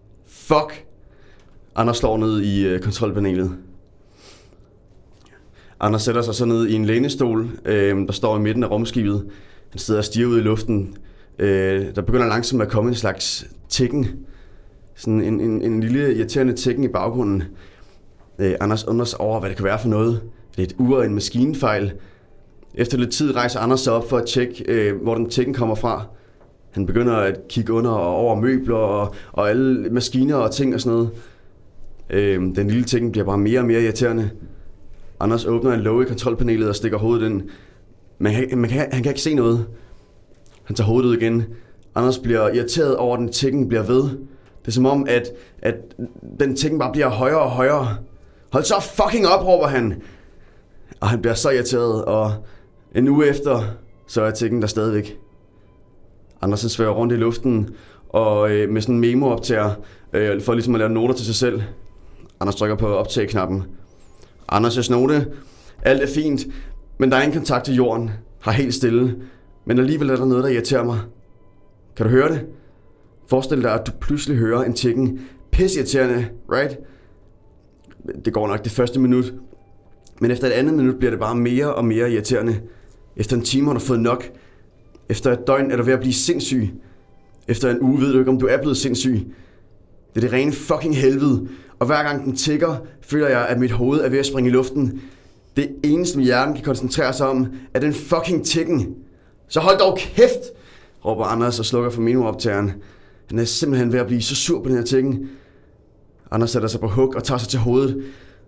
Fuck! Anders slår ned i øh, kontrolpanelet. Anders sætter sig så ned i en lænestol, øh, der står i midten af rumskibet. Han sidder og stiger ud i luften. Øh, der begynder langsomt at komme en slags tikken. Sådan en, en, en lille irriterende tikken i baggrunden. Øh, Anders undrer sig over, hvad det kan være for noget. Det er et ur og en maskinefejl. Efter lidt tid rejser Anders sig op for at tjekke, øh, hvor den tikken kommer fra. Han begynder at kigge under og over møbler og, og alle maskiner og ting og sådan noget. Øh, den lille tikken bliver bare mere og mere irriterende. Anders åbner en låge i kontrolpanelet og stikker hovedet ind. Men han, man kan, han kan ikke se noget. Han tager hovedet ud igen. Anders bliver irriteret over, at den tikken bliver ved. Det er som om, at, at den tikken bare bliver højere og højere. Hold så fucking op, råber han. Og han bliver så irriteret, og en uge efter, så er tikken der stadigvæk. Anders svæver rundt i luften, og øh, med sådan en memo-optager, øh, for ligesom at lave noter til sig selv. Anders trykker på optag-knappen. Anders' note. Alt er fint, men der er ingen kontakt til jorden. Har helt stille. Men alligevel er der noget, der irriterer mig. Kan du høre det? Forestil dig, at du pludselig hører en tikken. Pisseirriterende, right? Det går nok det første minut. Men efter et andet minut bliver det bare mere og mere irriterende. Efter en time har du fået nok. Efter et døgn er du ved at blive sindssyg. Efter en uge ved du ikke, om du er blevet sindssyg. Det er det rene fucking helvede. Og hver gang den tikker, føler jeg, at mit hoved er ved at springe i luften. Det eneste, min hjerne kan koncentrere sig om, er den fucking tikken. Så hold dog kæft, råber Anders og slukker for memo-optageren. Han er simpelthen ved at blive så sur på den her tikken. Anders sætter sig på hug og tager sig til hovedet.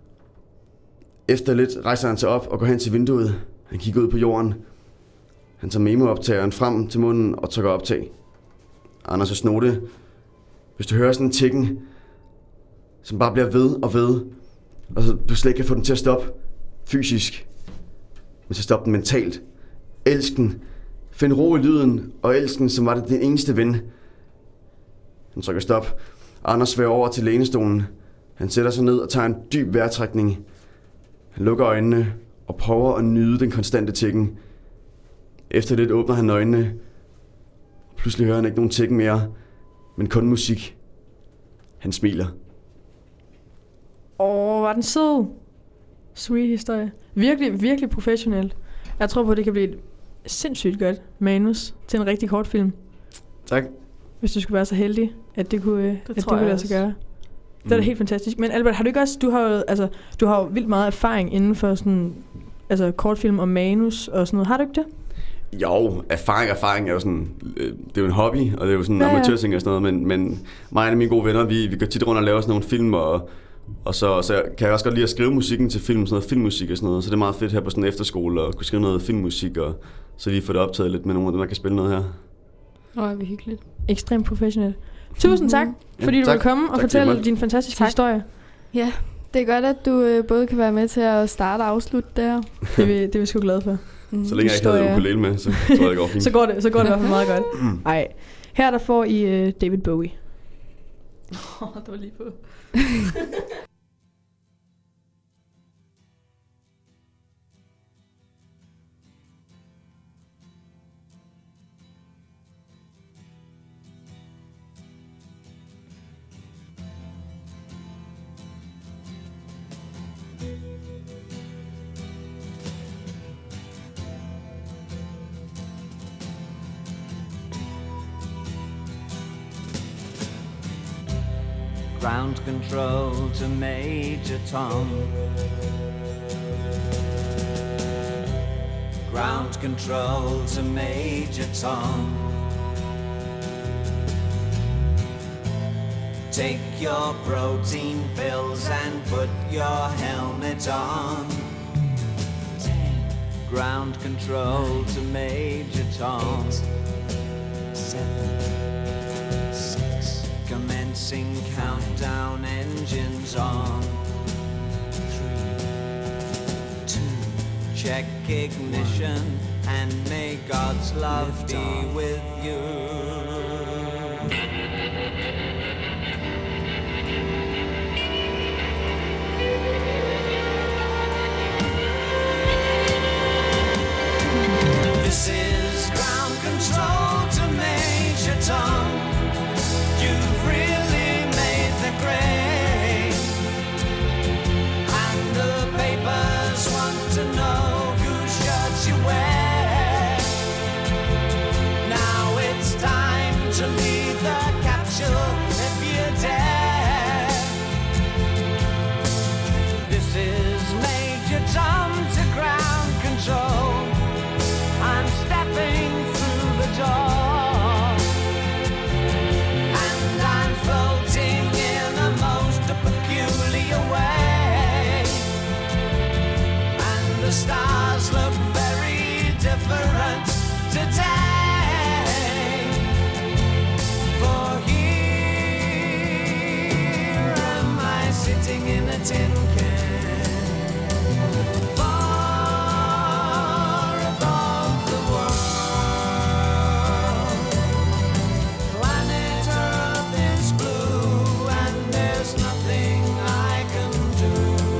Efter lidt rejser han sig op og går hen til vinduet. Han kigger ud på jorden. Han tager memo-optageren frem til munden og trykker optag. Anders' note. Hvis du hører sådan en tikken, som bare bliver ved og ved, og så du slet ikke kan få den til at stoppe fysisk, men så stoppe den mentalt. Elsk den. Find ro i lyden, og elsk den, som var det din eneste ven. Han trykker stop. Anders svæver over til lænestolen. Han sætter sig ned og tager en dyb vejrtrækning. Han lukker øjnene og prøver at nyde den konstante tikken. Efter lidt åbner han øjnene. Pludselig hører han ikke nogen tikken mere, men kun musik. Han smiler. Åh, var den sød. Sweet historie. Virkelig, virkelig professionelt. Jeg tror på, at det kan blive et sindssygt godt manus til en rigtig kort film. Tak. Hvis du skulle være så heldig, at det kunne, det at det kunne lade sig gøre. Det er da Mm. helt fantastisk. Men Albert, har du ikke også, du har jo, altså, du har jo vildt meget erfaring inden for sådan, altså kortfilm og manus og sådan noget. Har du ikke det? Jo, erfaring erfaring er jo sådan, øh, det er jo en hobby, og det er jo sådan en Ja, ja. amatørting og sådan noget, men, men mig og en af mine gode venner, vi, vi går tit rundt og laver sådan nogle film, og, og så, så kan jeg også godt lide at skrive musikken til film, sådan noget filmmusik og sådan noget, så det er meget fedt her på sådan en efterskole at kunne skrive noget filmmusik, og så lige få det optaget lidt med nogen af dem, der kan spille noget her. Åh, oh, det er hyggeligt. Ekstremt professionelt. Tusind tak, fordi Ja, du tak. ville komme og Tak, fortælle Emma. din fantastiske Tak. historie. Ja, det er godt, at du øh, både kan være med til at starte og afslutte der. Det er vi, det er vi sgu glade for. Mm. Så længe jeg ikke havde Historie. ukulele med, så tror jeg, det går fint. Så går det, så går det i hvert fald meget godt. Ej. Her der får I uh, David Bowie. Åh, oh, det var lige på. Ground control to Major Tom. Ground control to Major Tom. Take your protein pills and put your helmet on. Ground control to Major Tom. Seven. Commencing countdown, engines on. Three, two, check ignition, and may God's love be with you. This is ground control to Major Tom. You've really made the grade, and the papers want to difference today. For here am I sitting in a tin can, far above the world. Planet Earth is blue and there's nothing I can do.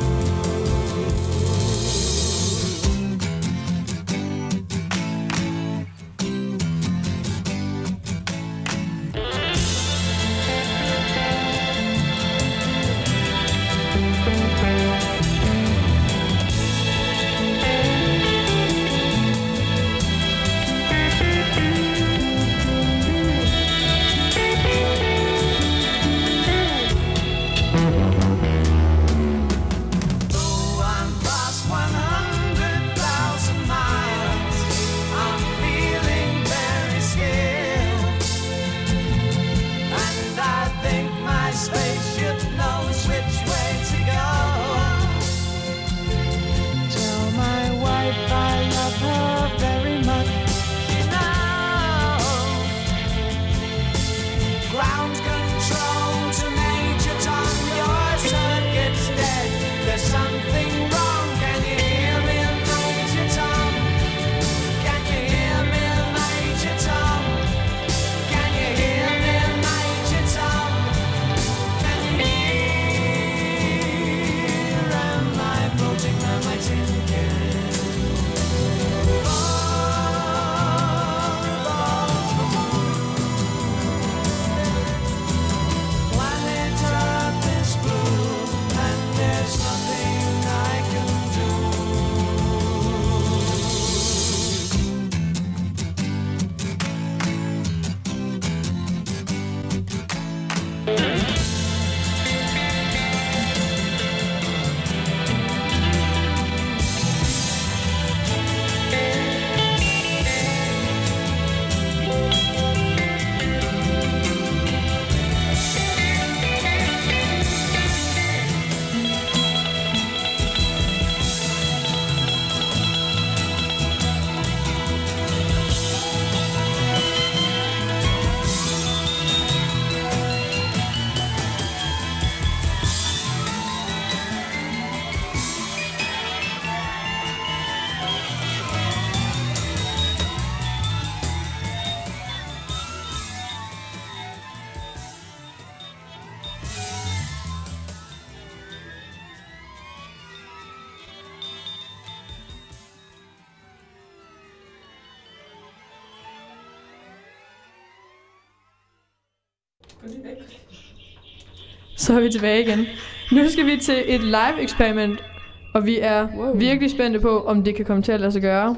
Så er vi tilbage igen. Nu skal vi til et live eksperiment, og vi er wow. virkelig spændte på, om det kan komme til at lade sig gøre.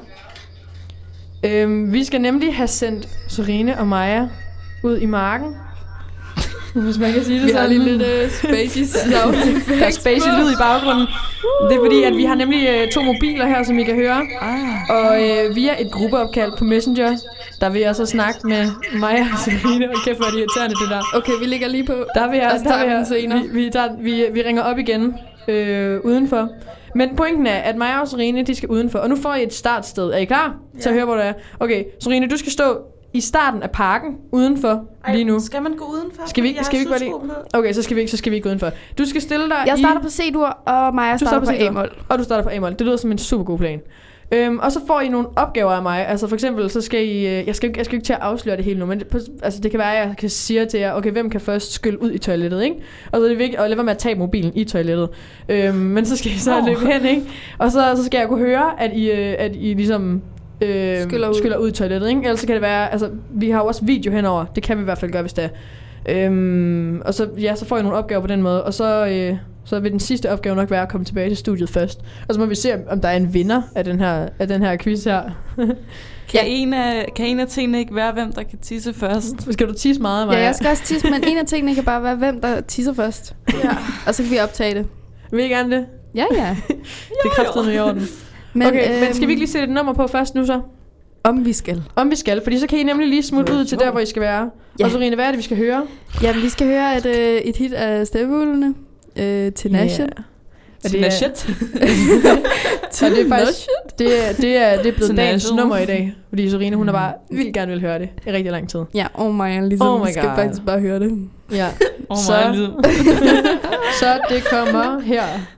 Øhm, vi skal nemlig have sendt Serine og Maja ud i marken. Hvis man kan sige det vi sådan. Vi har lige lidt uh, spacey sound effects. Der er spacey lyd i baggrunden. Det er fordi, at vi har nemlig uh, to mobiler her, som I kan høre. Ah. Og uh, via et gruppeopkald på Messenger, der vil jeg så snakke med Maja og Serine. Og kæft, hvor er det irriterende, det der. Okay, vi ligger lige på. Der vil jeg, og så tager vi den senere. Vi, vi, der, vi, vi ringer op igen øh, udenfor. Men pointen er, at Maja og Serine, de skal udenfor. Og nu får I et startsted. Er I klar ja. til at høre, hvor det er? Okay, Serine, du skal stå i starten af parken udenfor Ej, lige nu. Skal man gå udenfor? Skal vi, skal vi ikke bare lige? Okay, så skal vi ikke, så skal vi ikke gå udenfor. Du skal stille dig. Jeg starter i... på C-dur, og Maja starter, starter på A-mol. Og du starter på A-mol. Det lyder som en super god plan. Øhm, og så får I nogle opgaver af mig. Altså for eksempel, så skal I... Øh, jeg, skal, jeg skal ikke til at afsløre det hele nu, men det, på, altså, det kan være, at jeg kan sige til jer, okay, hvem kan først skylle ud i toilettet, ikke? Og så er det vigtigt at lade være med at tage mobilen i toilettet. Øhm, men så skal I så oh. løbe hen, ikke? Og så, så skal jeg kunne høre, at I, øh, at I ligesom... Øh, skyller, ud. skyller ud i toilettet, ikke? Ellers så kan det være... Altså, vi har jo også video henover. Det kan vi i hvert fald gøre, hvis det er. Øhm, og så, ja, så får I nogle opgaver på den måde. Og så... Øh, Så vil den sidste opgave nok være at komme tilbage til studiet først. Og så må vi se, om der er en vinder af den her, af den her quiz her. Kan, ja. en af, kan en af tingene ikke være, hvem der kan tisse først? Skal du tisse meget, Maja? Ja, jeg skal også tisse, men en af tingene kan bare være, hvem der tisser først. Ja. Og så kan vi optage det. Vil I gerne det? Ja, ja. Det er kraftedeme i orden. Men, okay, øhm, men skal vi ikke lige sætte et nummer på først nu så? Om vi skal. Om vi skal, fordi så kan I nemlig lige smutte ud til der, hvor I skal være. Ja. Og så Rine, hvad er det, vi skal høre? Jamen, vi skal høre et, øh, et hit af Steppeulene. Øh, til Nation. Yeah. Og det er shit. Så det er faktisk det er, det er, det er blevet dagens Tinashe. nummer i dag. Fordi Serena, hun har bare vildt gerne vil høre det i rigtig lang tid. Ja, oh my, ligesom Oh my vi skal God. faktisk bare høre det. Ja. Oh så, my, så det kommer her.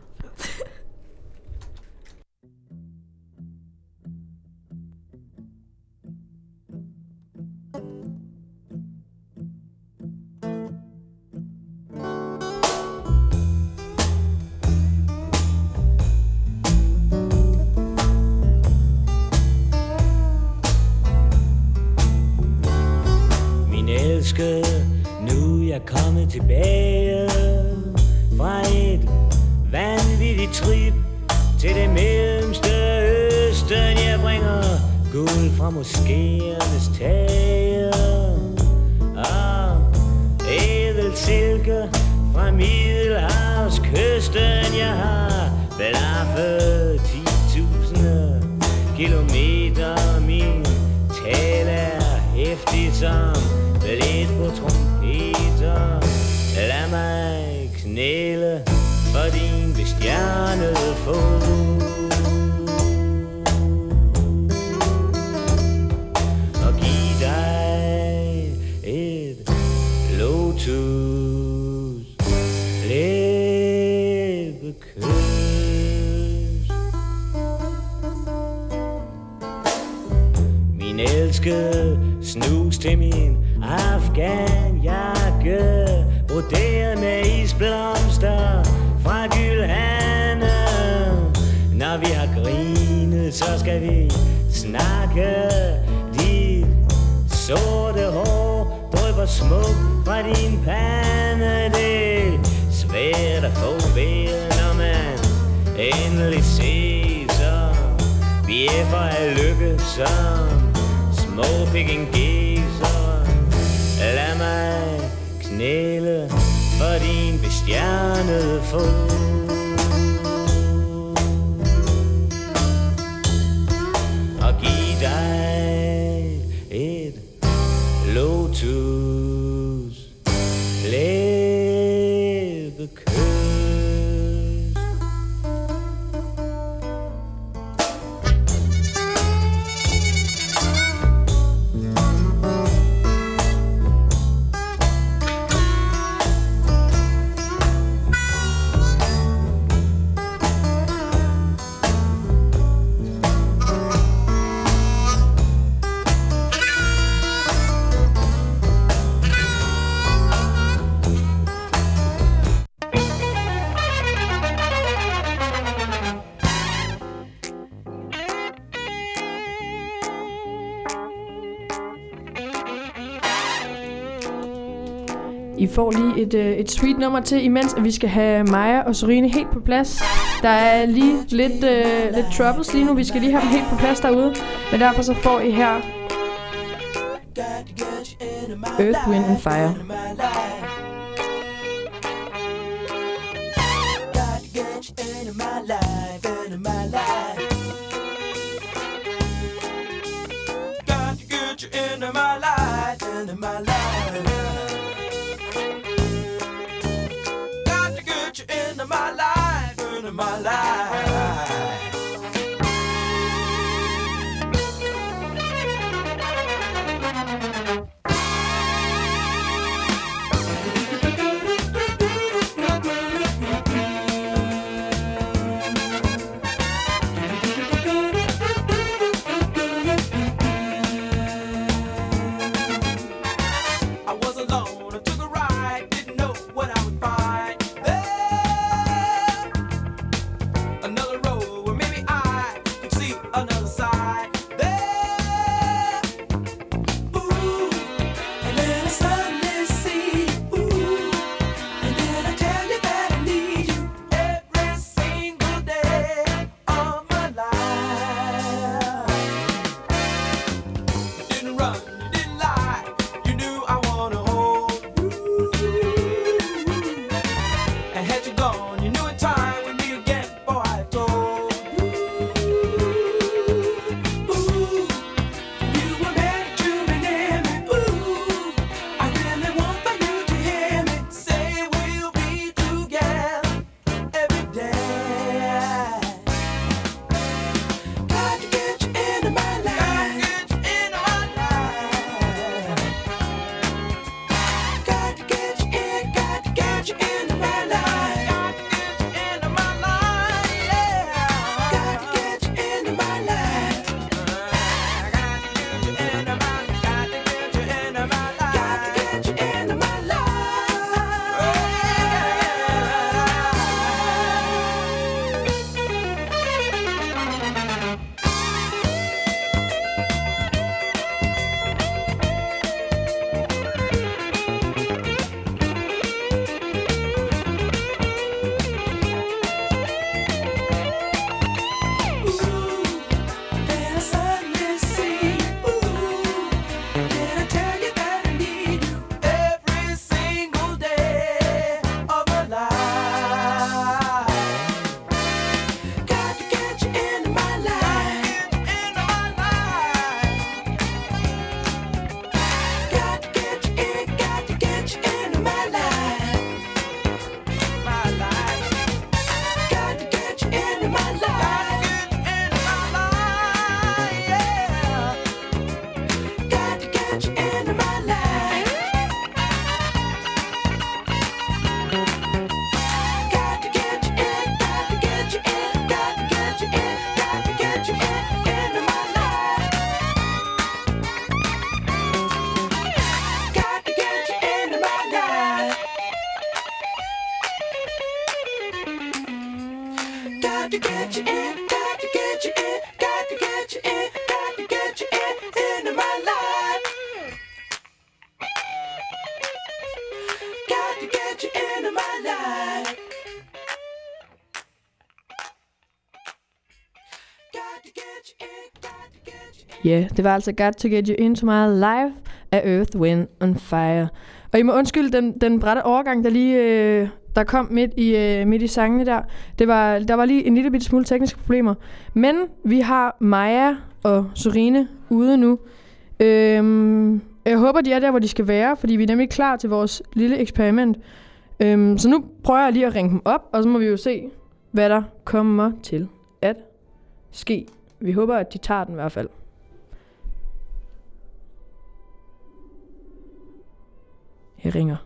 Min elskede, nu er jeg kommet tilbage fra et vanvittigt trip til det mellemste Østen. Jeg bringer guld fra moskéernes tage og ædel silke fra Middelhavskysten. Jeg har belaffet ti tusinde kilometer. Min tale er hæftig som blæs på trompeter. Lad mig knæle for din bestjernede fod og giv dig et lotus læbekys. Min elskede, snus til min afghanjakke, broderet med isblomster fra Gylhane. Når vi har grinet, så skal vi snakke. Dit sorte hår drypper smuk fra din pande. Det er svært at få ved, når man endelig ses. Vi er for at lykke som små pekingeser. Lad mig knæle for din bestjernede fod og giv dig et lotus læbekys. I får lige et, øh, et sweet nummer til, imens at vi skal have Maja og Serena helt på plads. Der er lige lidt, øh, lidt troubles lige nu. Vi skal lige have dem helt på plads derude. Men derfor så får I her Earth, Wind and Fire. My life, into my life. Ja, yeah, det var altså Got to Get You Into My Life af Earth, Wind and Fire. Og I må undskylde den, den bratte overgang, der lige øh, der kom midt i, øh, midt i sangene der. Det var, der var lige en lille bitte smule tekniske problemer. Men vi har Maja og Sorine ude nu. Øhm, jeg håber, de er der, hvor de skal være, fordi vi er nemlig klar til vores lille eksperiment. Øhm, så nu prøver jeg lige at ringe dem op, og så må vi jo se, hvad der kommer til at ske. Vi håber, at de tager den i hvert fald. Jeg ringer.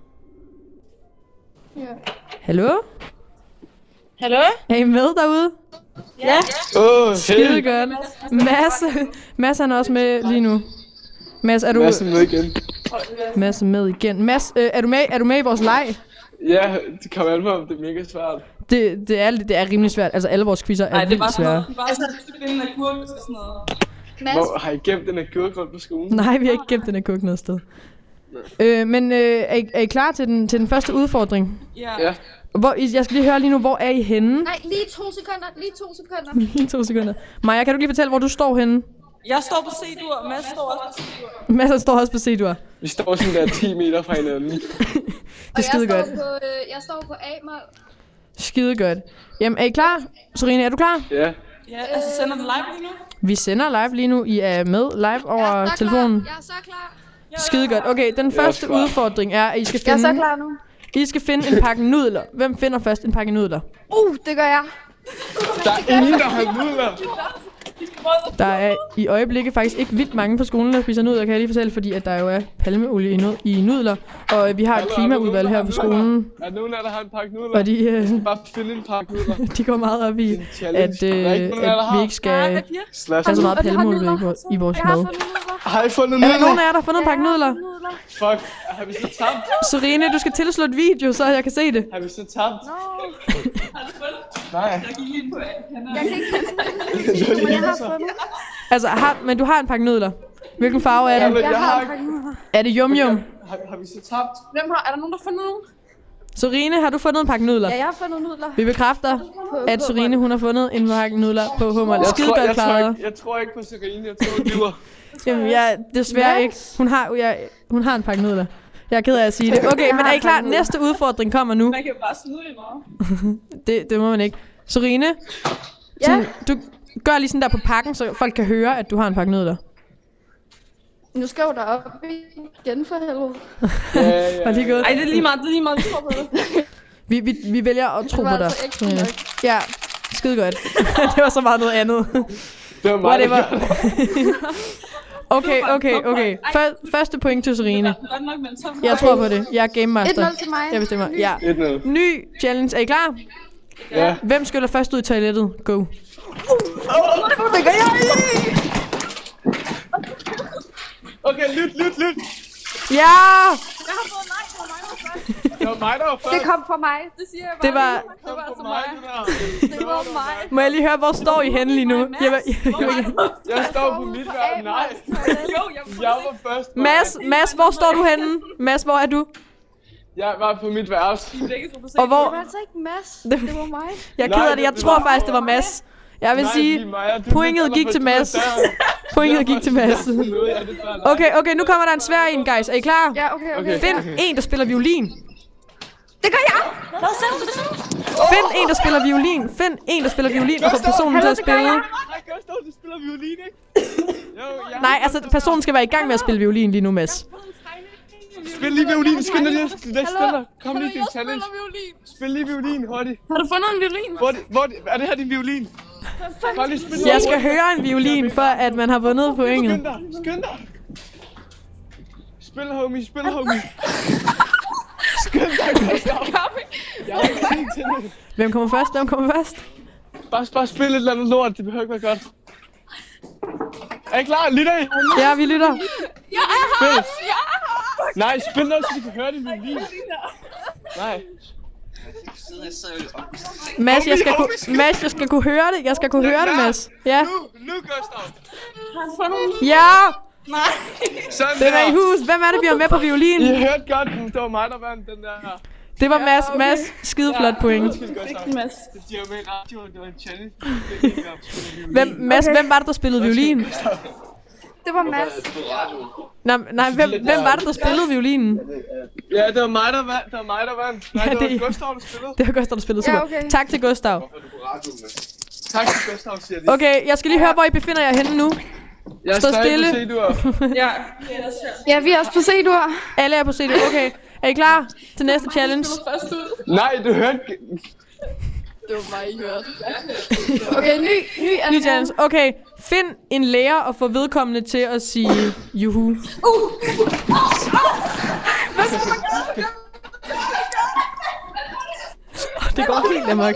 Ja. Hallo? Hallo? Er I med derude? Ja. Åh, oh, skide godt. Mads, Mads han er også med lige nu. Mads, er du... Mads er med igen. Mads er med igen. Mads, øh, er, du med, er du med i vores leg? Ja, det kommer an på, om det er mega svært. Det, det, er, det er rimelig svært. Altså, alle vores quizzer er Ej, det er vildt bare sådan svære. noget, bare sådan, at du skal finde en agurk og sådan noget. Hvor har I gemt den agurk rundt på skolen? Nej, vi har ikke gemt den agurk noget sted. Øh, men øh, er, I, er I klar til den, til den første udfordring? Ja. Ja. Hvor, jeg skal lige høre lige nu, hvor er I henne? Nej, lige to sekunder, lige to sekunder. Lige to sekunder. Maja, kan du lige fortælle, hvor du står henne? Jeg står på C-dur, og Mads står også på C-dur. Mads står også på C-dur. Vi står sådan der ti meter fra hinanden. Det er skide godt. På, øh, jeg står på A-mål. Skide godt. Jamen, er I klar? Sorine, er du klar? Ja. Ja, altså sender du live lige nu? Vi sender live lige nu. I er med live over telefonen. Jeg er så klar. Skide godt. Okay, den første udfordring er, at I skal finde... Jeg er så klar nu. I skal finde en pakke nudler. Hvem finder først en pakke nudler? Uh, det gør jeg. Der er ingen, der har nudler. Der er i øjeblikket faktisk ikke vildt mange på skolen, der spiser nudler, kan jeg lige fortælle, fordi at der jo er palmeolie i, nud- i nudler. Og vi har et klimaudvalg her på skolen. Er der nogen af jer, der har en pakke nudler? Og de, øh, bare finde en pakke nudler. de går meget op i, at, øh, at vi ikke skal have så meget palmeolie i, vor- i vores mad. Har I fundet Er nudler? der nogen af jer, der har fundet en pakke nudler? Fuck, har vi så tabt? Serene, du skal tilslå et video, så jeg kan se det. Har vi så tabt? Nej. Jeg gik ind på A. Jeg kan ikke men jeg har fundet. Altså, har, men du har en pakke nudler. Hvilken farve er det? Jeg har en pakke nudler. Er det yum yum? Har, har vi så tabt? Hvem har, er der nogen, der har fundet nogen? Serene, har du fundet en pakke nudler? Ja, jeg har fundet nudler. Vi bekræfter, at Serene, hun har fundet en pakke nudler på Hummer. Skide godt jeg, tror klaret. ikke, jeg tror ikke på Serene, jeg tror, hun lyver. Jamen, jeg desværre ikke. Hun har, jeg, hun har en pakke nudler. Jeg er ked af at sige det. Okay, men er I klar? Næste udfordring kommer nu. Man kan jo bare snyde i morgen. det, det må man ikke. Serene, sådan, du gør lige sådan der på pakken, så folk kan høre, at du har en pakke nudler. Nu skal du da op igen for helvede. Ja, ja, ja. Var det godt? Ej, det er lige meget, det er lige meget, vi tror på det. Vi, vi, vi vælger at tro på dig. altså ekstra nok. Ja, skide godt. Det var så meget noget andet. Det var mig, Whatever. Okay, okay, okay. Før, første point til Serene. Jeg tror på det. Jeg er game master. et nul til mig. Jeg bestemmer. Ja. et nul. Ny challenge. Er I klar? Ja. Hvem skyller først ud i toilettet? Go. Det gør jeg! Okay, lyt, lyt, lyt. Ja! Jeg har fået nej, det var mig, der var først. Det var mig, der var først. Det kom fra mig, det siger jeg bare. Det var... Det var altså mig. Det var mig. Må jeg lige høre, hvor står I henne lige nu? Jeg, jeg, jeg, Jeg står på mit værd. Nej. Jo, jeg Jeg var først. Mads, Mads, hvor står du henne? Mads, hvor er du? Jeg var på mit værelse. Og hvor... Det var altså ikke Mads. Det var mig. Jeg er ked af det. Jeg tror faktisk, det var Mads. Jeg vil Nej, sige, det er mig, og du pointet betaler gik for til Mads. døren. Pointet gik til Mads. Okay, okay, nu kommer der en svær en, guys. Er I klar? Ja, okay, okay. Find en, der spiller violin. Det gør jeg! Hvad sagde du det? Find en, der spiller violin. Find en, der spiller violin, og få personen til at spille. Nej, Gustav, du spiller violin, ikke? Nej, altså, personen skal være i gang med at spille violin lige nu, Mads. Spil lige violin, skynd dig lige, det spiller. Kom lige din challenge. Spil lige violin, hurtigt. Har du fundet en violin? Hvor, hvor, er det her din violin? Kom lige, spil Jeg skal høre en violin, for at man har vundet pointet. Skynd dig, skynd dig. Spil, homie, spil, homie. Skynd dig, Gustav. Jeg har ikke tid til det. Hvem kommer først? Hvem kommer først? Bare, bare spil et eller andet lort, det behøver ikke være godt. Er I klar? Lytter I? Ja, vi lytter. Ja, jeg har også, ja! Nej, spil noget, så de kan høre din violin. Nej. Mads, jeg skal, ku- Mads, jeg skal kunne høre det. Jeg skal kunne høre det, Mads. Ja. Nu, nu, Gustav. Har du fundet den? Ja! Nej. Sådan Den er i der. hus. Hvem er det, vi har med på violin? I hørte godt, det var mig, der vandt den der her. Det var Mads. Mads, skide flot point. Undskyld, Gustav. Mads. Det siger med i radioen, det var en challenge. Det er ikke engang spille violin. Hvem, Mads, hvem var det, der spillede violin? det var Mads. Nej, nej hvem, hvem var det, der spillede violinen? Ja, det var mig, der vandt. Det var mig, der vandt. Nej, Ja, det var det- Gustav, der spillede. Det var Gustav, der spillede. Super. Ja, okay. Tak til Gustav. Tak til Gustav, siger de. Okay, jeg skal lige høre, hvor I befinder jer henne nu. Jeg er Stå stadig stille. på C-dur. Ja. Ja, vi er også på C-dur. Alle er på C D. Okay, er I klar til næste challenge? Nej, du hørte... Det var mig, I hørte. Okay, ny, ny, Ny challenge. Okay, find en lærer og få vedkommende til at sige juhu. Uh! Hvad skal man gøre? Det går helt amok.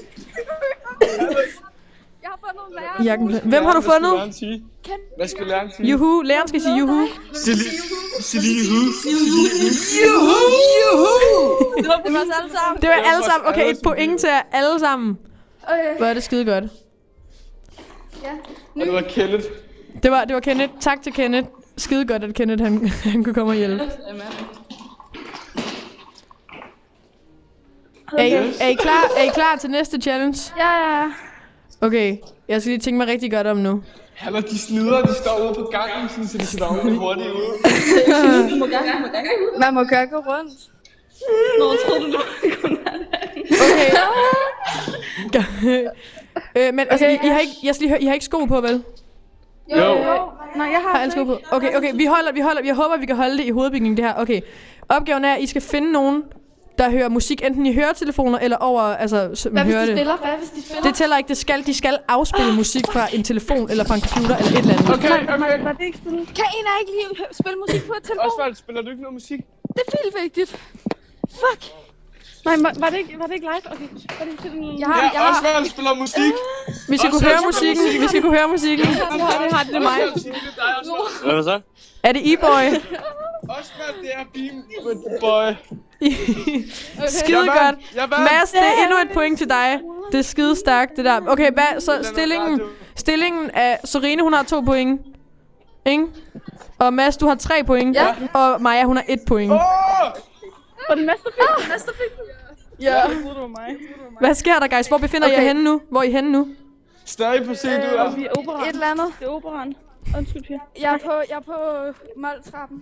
Jeg har fundet en lærer. Jakken. Hvem har du fundet? Hvad skal læreren sige? Juhu. Læreren skal sige juhu. Sig lige juhu. Juhu! Juhu! Det var for os alle sammen. Det var alle sammen. Okay, et point til jer alle sammen. Okay. Hvor er det skide godt. Ja. Og det var Kenneth. Det var, det var Kenneth. Tak til Kenneth. Skide godt, at Kenneth han, han kunne komme og hjælpe. Er I, er, I klar, er I klar til næste challenge? Ja, ja. Okay, jeg skal lige tænke mig rigtig godt om nu. Eller de slider, de står ude på gangen, sådan, så de kan være hurtigt ude. Man må gøre gå rundt. Nå, troede du, du kunne Okay. øh, men altså, I, I, har ikke, jeg skal lige høre, I har ikke sko på, vel? Jo. jo. Nej, jeg har, Har alle sko på? Okay, okay, vi holder, vi holder, jeg håber, vi kan holde det i hovedbygningen, det her. Okay, opgaven er, at I skal finde nogen, der hører musik enten i høretelefoner eller over, altså, så man Hvad hører hvis de det. spiller? Hvad hvis de spiller? Det tæller ikke, det skal, de skal afspille musik fra en telefon eller fra en computer eller et eller andet. Okay, okay. Var det ikke spillet? Kan en af ikke lige spille musik på et telefon? Osvald, spiller du ikke noget musik? Det er vildt vigtigt. Fuck. Nej, var, var, det ikke, var det ikke live? Okay. Var det ikke jeg har, Ja, jeg har... Osvald spiller musik. Vi skal kunne høre musikken, vi skal kunne høre musikken. Jeg har det, har det, det er mig. Hvad så? Er det E-boy? Osvald, det er Beam Boy. Skide Jeg godt. vandt. Jeg vandt. Mads, det er endnu et point til dig. Det er skide stærkt, det der. Okay, hvad, så stillingen, stillingen af Serene, hun har to point. Ikke? Og Mads, du har tre point. Ja. Og Maja, hun har et point. Åh! Var det Mads, der fik? Mads, der fik? Ja. Jeg troede, det var mig. Hvad sker der, guys? Hvor befinder I Okay. jer henne nu? Hvor er I henne nu? Stadig på C-dur. Øh, vi er operan. Et eller andet. Det er operan. Undskyld, Pia. Jeg er på, jeg er på Mold-trappen.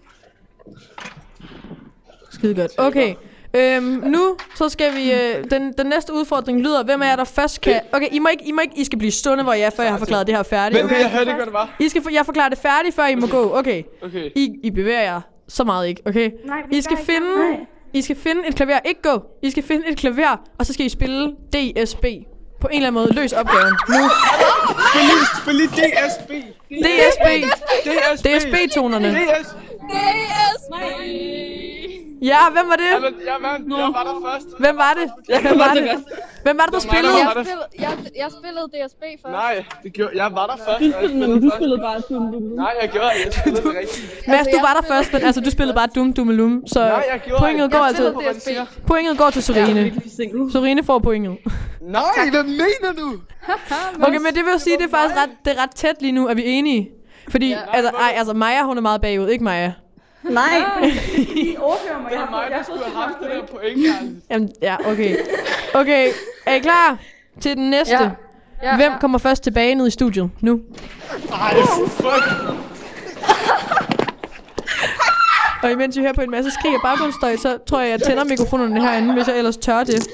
Skide godt. Okay. Øhm, nu så skal vi øh, den, den næste udfordring lyder, hvem af jer der først kan. Okay, I må ikke I må ikke I skal blive stående, hvor I er, før jeg har forklaret det her færdigt. Men Okay? jeg hørte ikke, hvad det var. I skal for, jeg forklarer det færdigt, før I må gå. Okay. Okay. I, I bevæger jer så meget ikke, okay? Nej, vi I skal gør ikke. finde Nej. I skal finde et klaver. Ikke gå. I skal finde et klaver, og så skal I spille D S B. På en eller anden måde. Løs opgaven. Nu. Spil lige, spil lige D S B. D S B. D S B-tonerne. D S B. D S B. Ja, hvem var det? Jamen, jeg vandt. Jeg var der først. Hvem var det? Hvem var det? Hvem var det, der Det var mig, spillede? der Jeg var der. spillede, jeg, jeg spillede D S B først. Nej, det gjorde, jeg var der først. Du spillede, du spillede bare dum dum dum. Nej, jeg gjorde jeg spillede det rigtigt. Mads, du var der først, men altså, du spillede bare dum dum lum. Så Nej, jeg gjorde pointet går Jeg altså. spillede D S B. Pointet går til Serene. Serene får pointet. Nej, hvad mener du? Okay, men det vil jo sige, det er faktisk ret, det er ret tæt lige nu, er vi enige? Fordi, altså, ej, altså, Maja, hun er meget bagud, ikke Maja? Nej. I overhører mig. Det er mig, der skulle have haft det der point, Jarl. Jamen, ja, okay. Okay, er I klar til den næste? Ja. Ja, Hvem ja. kommer først tilbage ned i studiet nu? Ej, fuck. Og imens I hører på en masse skrig og baggrundsstøj, så tror jeg, jeg tænder mikrofonerne herinde, hvis jeg ellers tør det.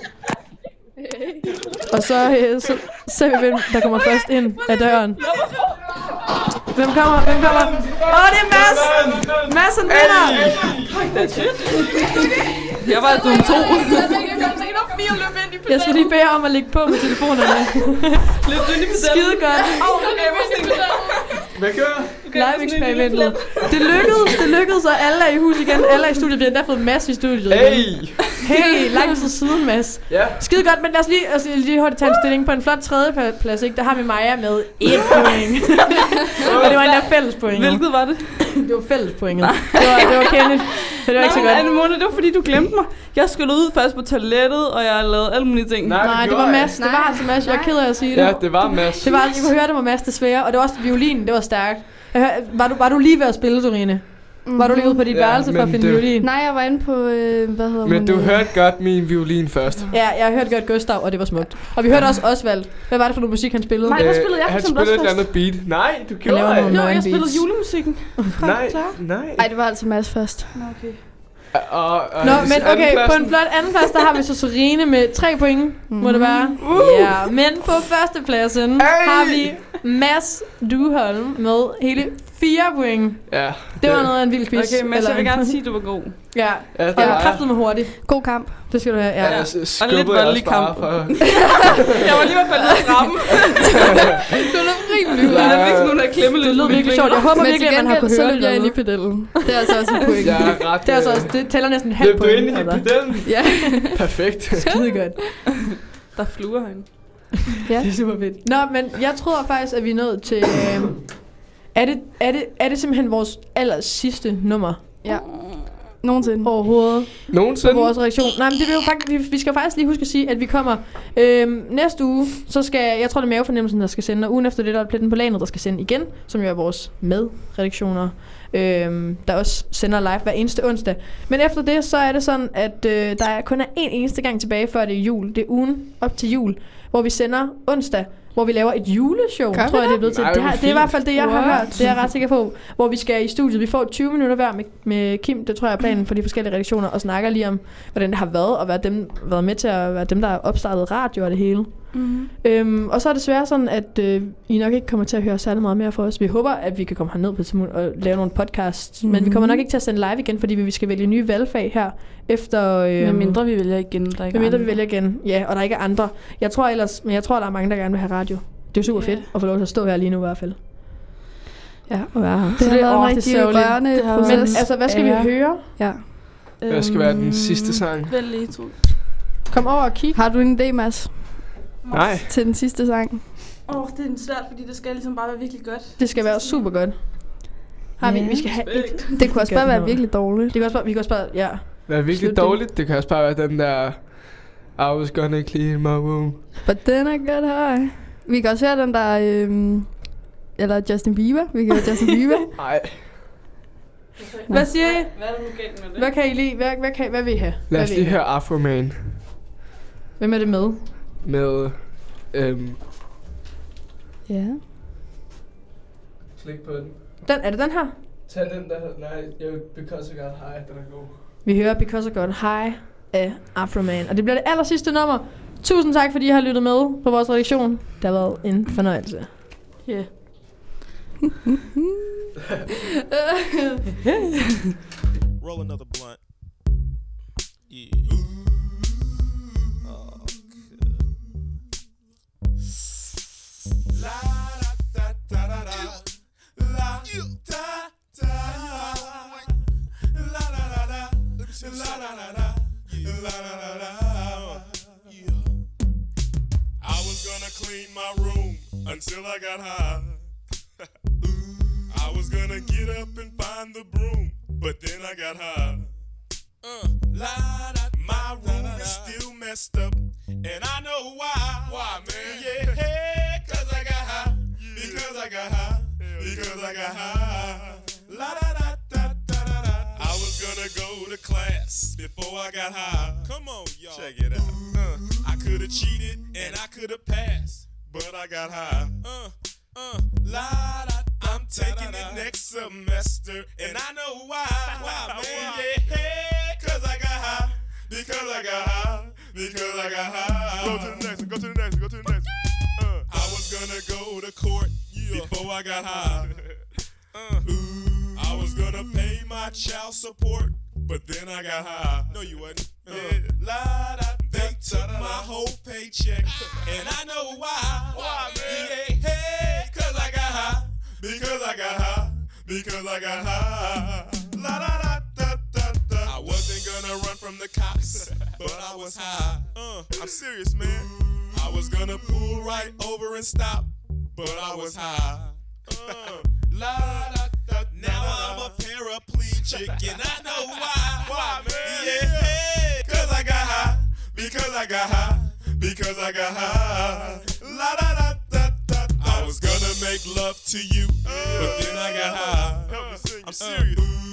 Og så, øh, så ser vi, hvem der kommer først ind ad døren. Hvem kommer? Hvem kommer? Åh, oh, det er Mads! Mads, han vinder! Fuck that shit. Jeg var dum to. Jeg skal lige bede jer om at lægge på med telefonerne. Lidt dynne på Skide godt. Hvad gør jeg? Live-eksperimentet. Det lykkedes, det lykkedes, og alle er i hus igen. Alle er i studiet. Vi har endda fået Mads i studiet. Hey! Hey, lang tid siden, Mads. Ja. Skide godt, men lad os lige, altså, lige hurtigt tage en stilling på en flot tredje plads, ikke? Der har vi Maja med et point. Og det var endda fælles point. Hvilket var det? Det var fælles pointet. Det var, det var Kenneth. Det var ikke så godt. Anemone, det var fordi, du glemte mig. Jeg skulle ud først på toilettet, og jeg lavede alle mulige ting. Nej, Nej, det var Mads. Det var altså Mads. Jeg er ked af at sige det. Ja, det var Mads. Det var, jeg kunne høre, det var Mads desværre. Og det var også violinen, det var stærkt. Jeg hør, var, du, var du lige ved at spille, Dorine? Mm-hmm. Var du lige ude på dit Ja, værelse for at men finde det- violin? Nej, jeg var inde på, øh, hvad hedder Men hun? du øh, hørte godt min violin først. Ja, jeg hørte godt Gustav, og det var smukt. Og vi hørte også Osvald. Hvad var det for noget musik, han spillede? Nej, hvad spillede jeg for Han eksempel spillede et også eller andet beat. Nej, du gjorde laver det. nogle Jo, nøgen jeg spillede beats. julemusikken. Nej, Klar? nej. Ej, det var altså Mads først. Nå, okay. Og, og Nå, hans men okay, på andenpladsen- en flot andenplads, der har vi så Serene med tre point, mm. må det være. Uh. Ja, men på førstepladsen Hey. har vi Mads Duholm med hele fire point. Ja. Det var noget af en vild quiz. Okay, men jeg vil gerne sige, at du var god. Ja, Ja, det og var kraftede mig hurtigt. God kamp. Det skal du have, ja. Ja, ja. jeg s- Og lidt skubbede voldelig også bare kamp. for... Jeg var lige ved at falde ned i rammen. Du løb rimelig ud. Ja, jeg fik nogen, der klemme lidt. Det lød virkelig sjovt. Jeg håber Men virkelig, til at man har gengæld, kunne så høre løb jeg ind i det. pedellen. Det er altså også et point. Jeg er ret... Det er altså også, det tæller næsten en halv Løb du point. ind i altså. pedellen? Ja. Perfekt. Skide godt. Der fluer herinde. Ja. Det er super fedt. Nå, men jeg tror faktisk, at vi er nået til... Øh, er, det, er, det, er det simpelthen vores aller sidste nummer Ja. Nogensinde. overhovedet Nogensinde? på vores reaktion? Nej, men det vil jo faktisk, vi, vi skal faktisk lige huske at sige, at vi kommer øh, næste uge, så skal, jeg tror det er mavefornemmelsen, der skal sende, og ugen efter det, der er Pletten på Lanet, der skal sende igen, som jo er vores medredaktioner, øh, der også sender live hver eneste onsdag. Men efter det, så er det sådan, at øh, der er kun er en eneste gang tilbage, før det er jul. Det er ugen op til jul, hvor vi sender onsdag, hvor vi laver et juleshow, Gør vi tror jeg, det er det? blevet til. Nej, Det, hvor har, det er i hvert fald det, jeg har What? hørt. Det er jeg ret sikker på. Hvor vi skal i studiet. Vi får tyve minutter hver med, med Kim, det tror jeg er planen for de forskellige redaktioner, og snakker lige om, hvordan det har været, og været, dem, været med til at være dem, der har opstartet radio og det hele. Mm-hmm. Øhm, og så er det desværre sådan, at øh, I nok ikke kommer til at høre særlig meget mere fra os. Vi håber, at vi kan komme herned på et tidspunkt og lave nogle podcasts, mm-hmm. men vi kommer nok ikke til at sende live igen, fordi vi skal vælge nye valgfag her efter... Øh, Med mindre vi vælger igen, der ikke med mindre er vi vælger igen. Ja, og der ikke er andre. Jeg tror ellers, men jeg tror, der er mange, der gerne vil have radio. Det er jo super Ja. fedt at få lov til at stå her lige nu i hvert fald. Ja. Og være her. Det Så har været åh, en det er rigtig sørgeligt. rørende Det har proces. Men altså, hvad skal Ja. vi høre? Ja. Hvad skal være den sidste sang? Vælg lige to. Kom over og kig. Har du en idé, Mads, Nej. til den sidste sang? Åh, oh, det er svært, fordi det skal ligesom bare være virkelig godt. Det skal være super godt. Har vi, Ja. vi skal have et. Det kunne også bare Godt være nummer. virkelig dårligt. Det kan også bare, vi kan også bare, ja. Det er virkelig Slut det. dårligt. Det kan også bare være den der... I was gonna clean my room. But then I got high. Vi kan også høre den der... Øhm, eller Justin Bieber. Vi kan høre Justin Bieber. Nej. Hvad siger I? Hvad er der nu galt med det? Hvad kan I lide? Hvad, hvad, kan, hvad vil I have? Lad os Hvad vil lige I have? høre Afro Man Hvem er det med? med... Øhm, Ja. klik på den. Den, er det den her? Tag den der... Nej, jeg Because I Got High, den er god. Vi hører Because I Got High af Afro Man. Og det bliver det aller sidste nummer. Tusind tak, fordi I har lyttet med på vores redaktion. Det har været en fornøjelse. Ja. Yeah. Roll another blunt. Yeah. Oh, good. La da da da da da. La da da. La da da da. La da da da. La da da da. Yeah. I was gonna clean my room until I got high. I was gonna get up and find the broom, but then I got high. Uh, la, da, my room is still messed up, and I know why. Why, man? Yeah, hey, cause I got high. Because I got high. Because I got high. La da da da da da da. I was gonna go to class before I got high. Come on, y'all. Check it out. Uh, I could have cheated and I could have passed, but I got high. Uh, uh, la da. I'm taking it next semester, and I know why. Why, man? Yeah, hey, cause I got high. Because I got high. Because I got high. Go to the next one. Go to the next one. Go to the next one. Uh, I was gonna go to court before I got high. Uh, I was gonna pay my child support, but then I got high. No, you wasn't. Uh, la, da, they took my whole paycheck, and I know why. Why, man? Yeah, hey, cause I got high. Because I got high, because I got high. La da da da da da. I wasn't gonna run from the cops, but I was high. Uh, I'm serious, man. I was gonna pull right over and stop, but I was high. Uh, la da da. Now I'm a paraplegic, and I know why. Why, man? Yeah, hey, cause I got high, because I got high, because I got high. La da da da. I was gonna make love to you, but then I got high. I'm serious.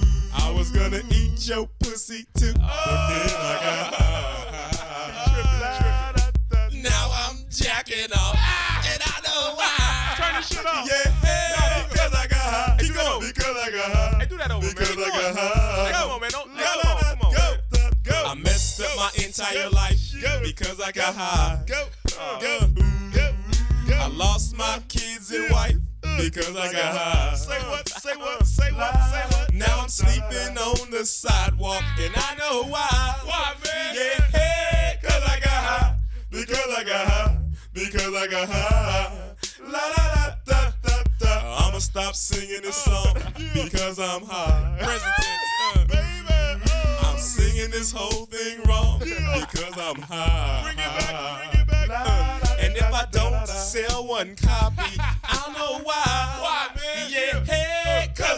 I was gonna eat your pussy too, but then I got high. Now I'm jacking off, and I know why. Turn this shit off. Yeah, hey, because I got high. Hey, keep going. Because I got high. Hey, do that over, because man. I got high. Hey, come on, man. Don't, Go, hey, come on, come on. go, man. go. I messed up my entire life because I got high. Go, go, go, go. I lost my kids and wife because I got high. Say what, say what, say what, say what. Now I'm sleeping on the sidewalk and I know why. Why, man? Yeah, hey, cause I got high. Because I got high. Because I got high. La la la da da da. I'ma stop singing this song because I'm high. Present tense, uh, baby. I'm singing this whole thing wrong because I'm high. Bring it back, bring it back. Uh, and if I don't sell one copy, I don't know why. Why, man? Yeah, hey, cause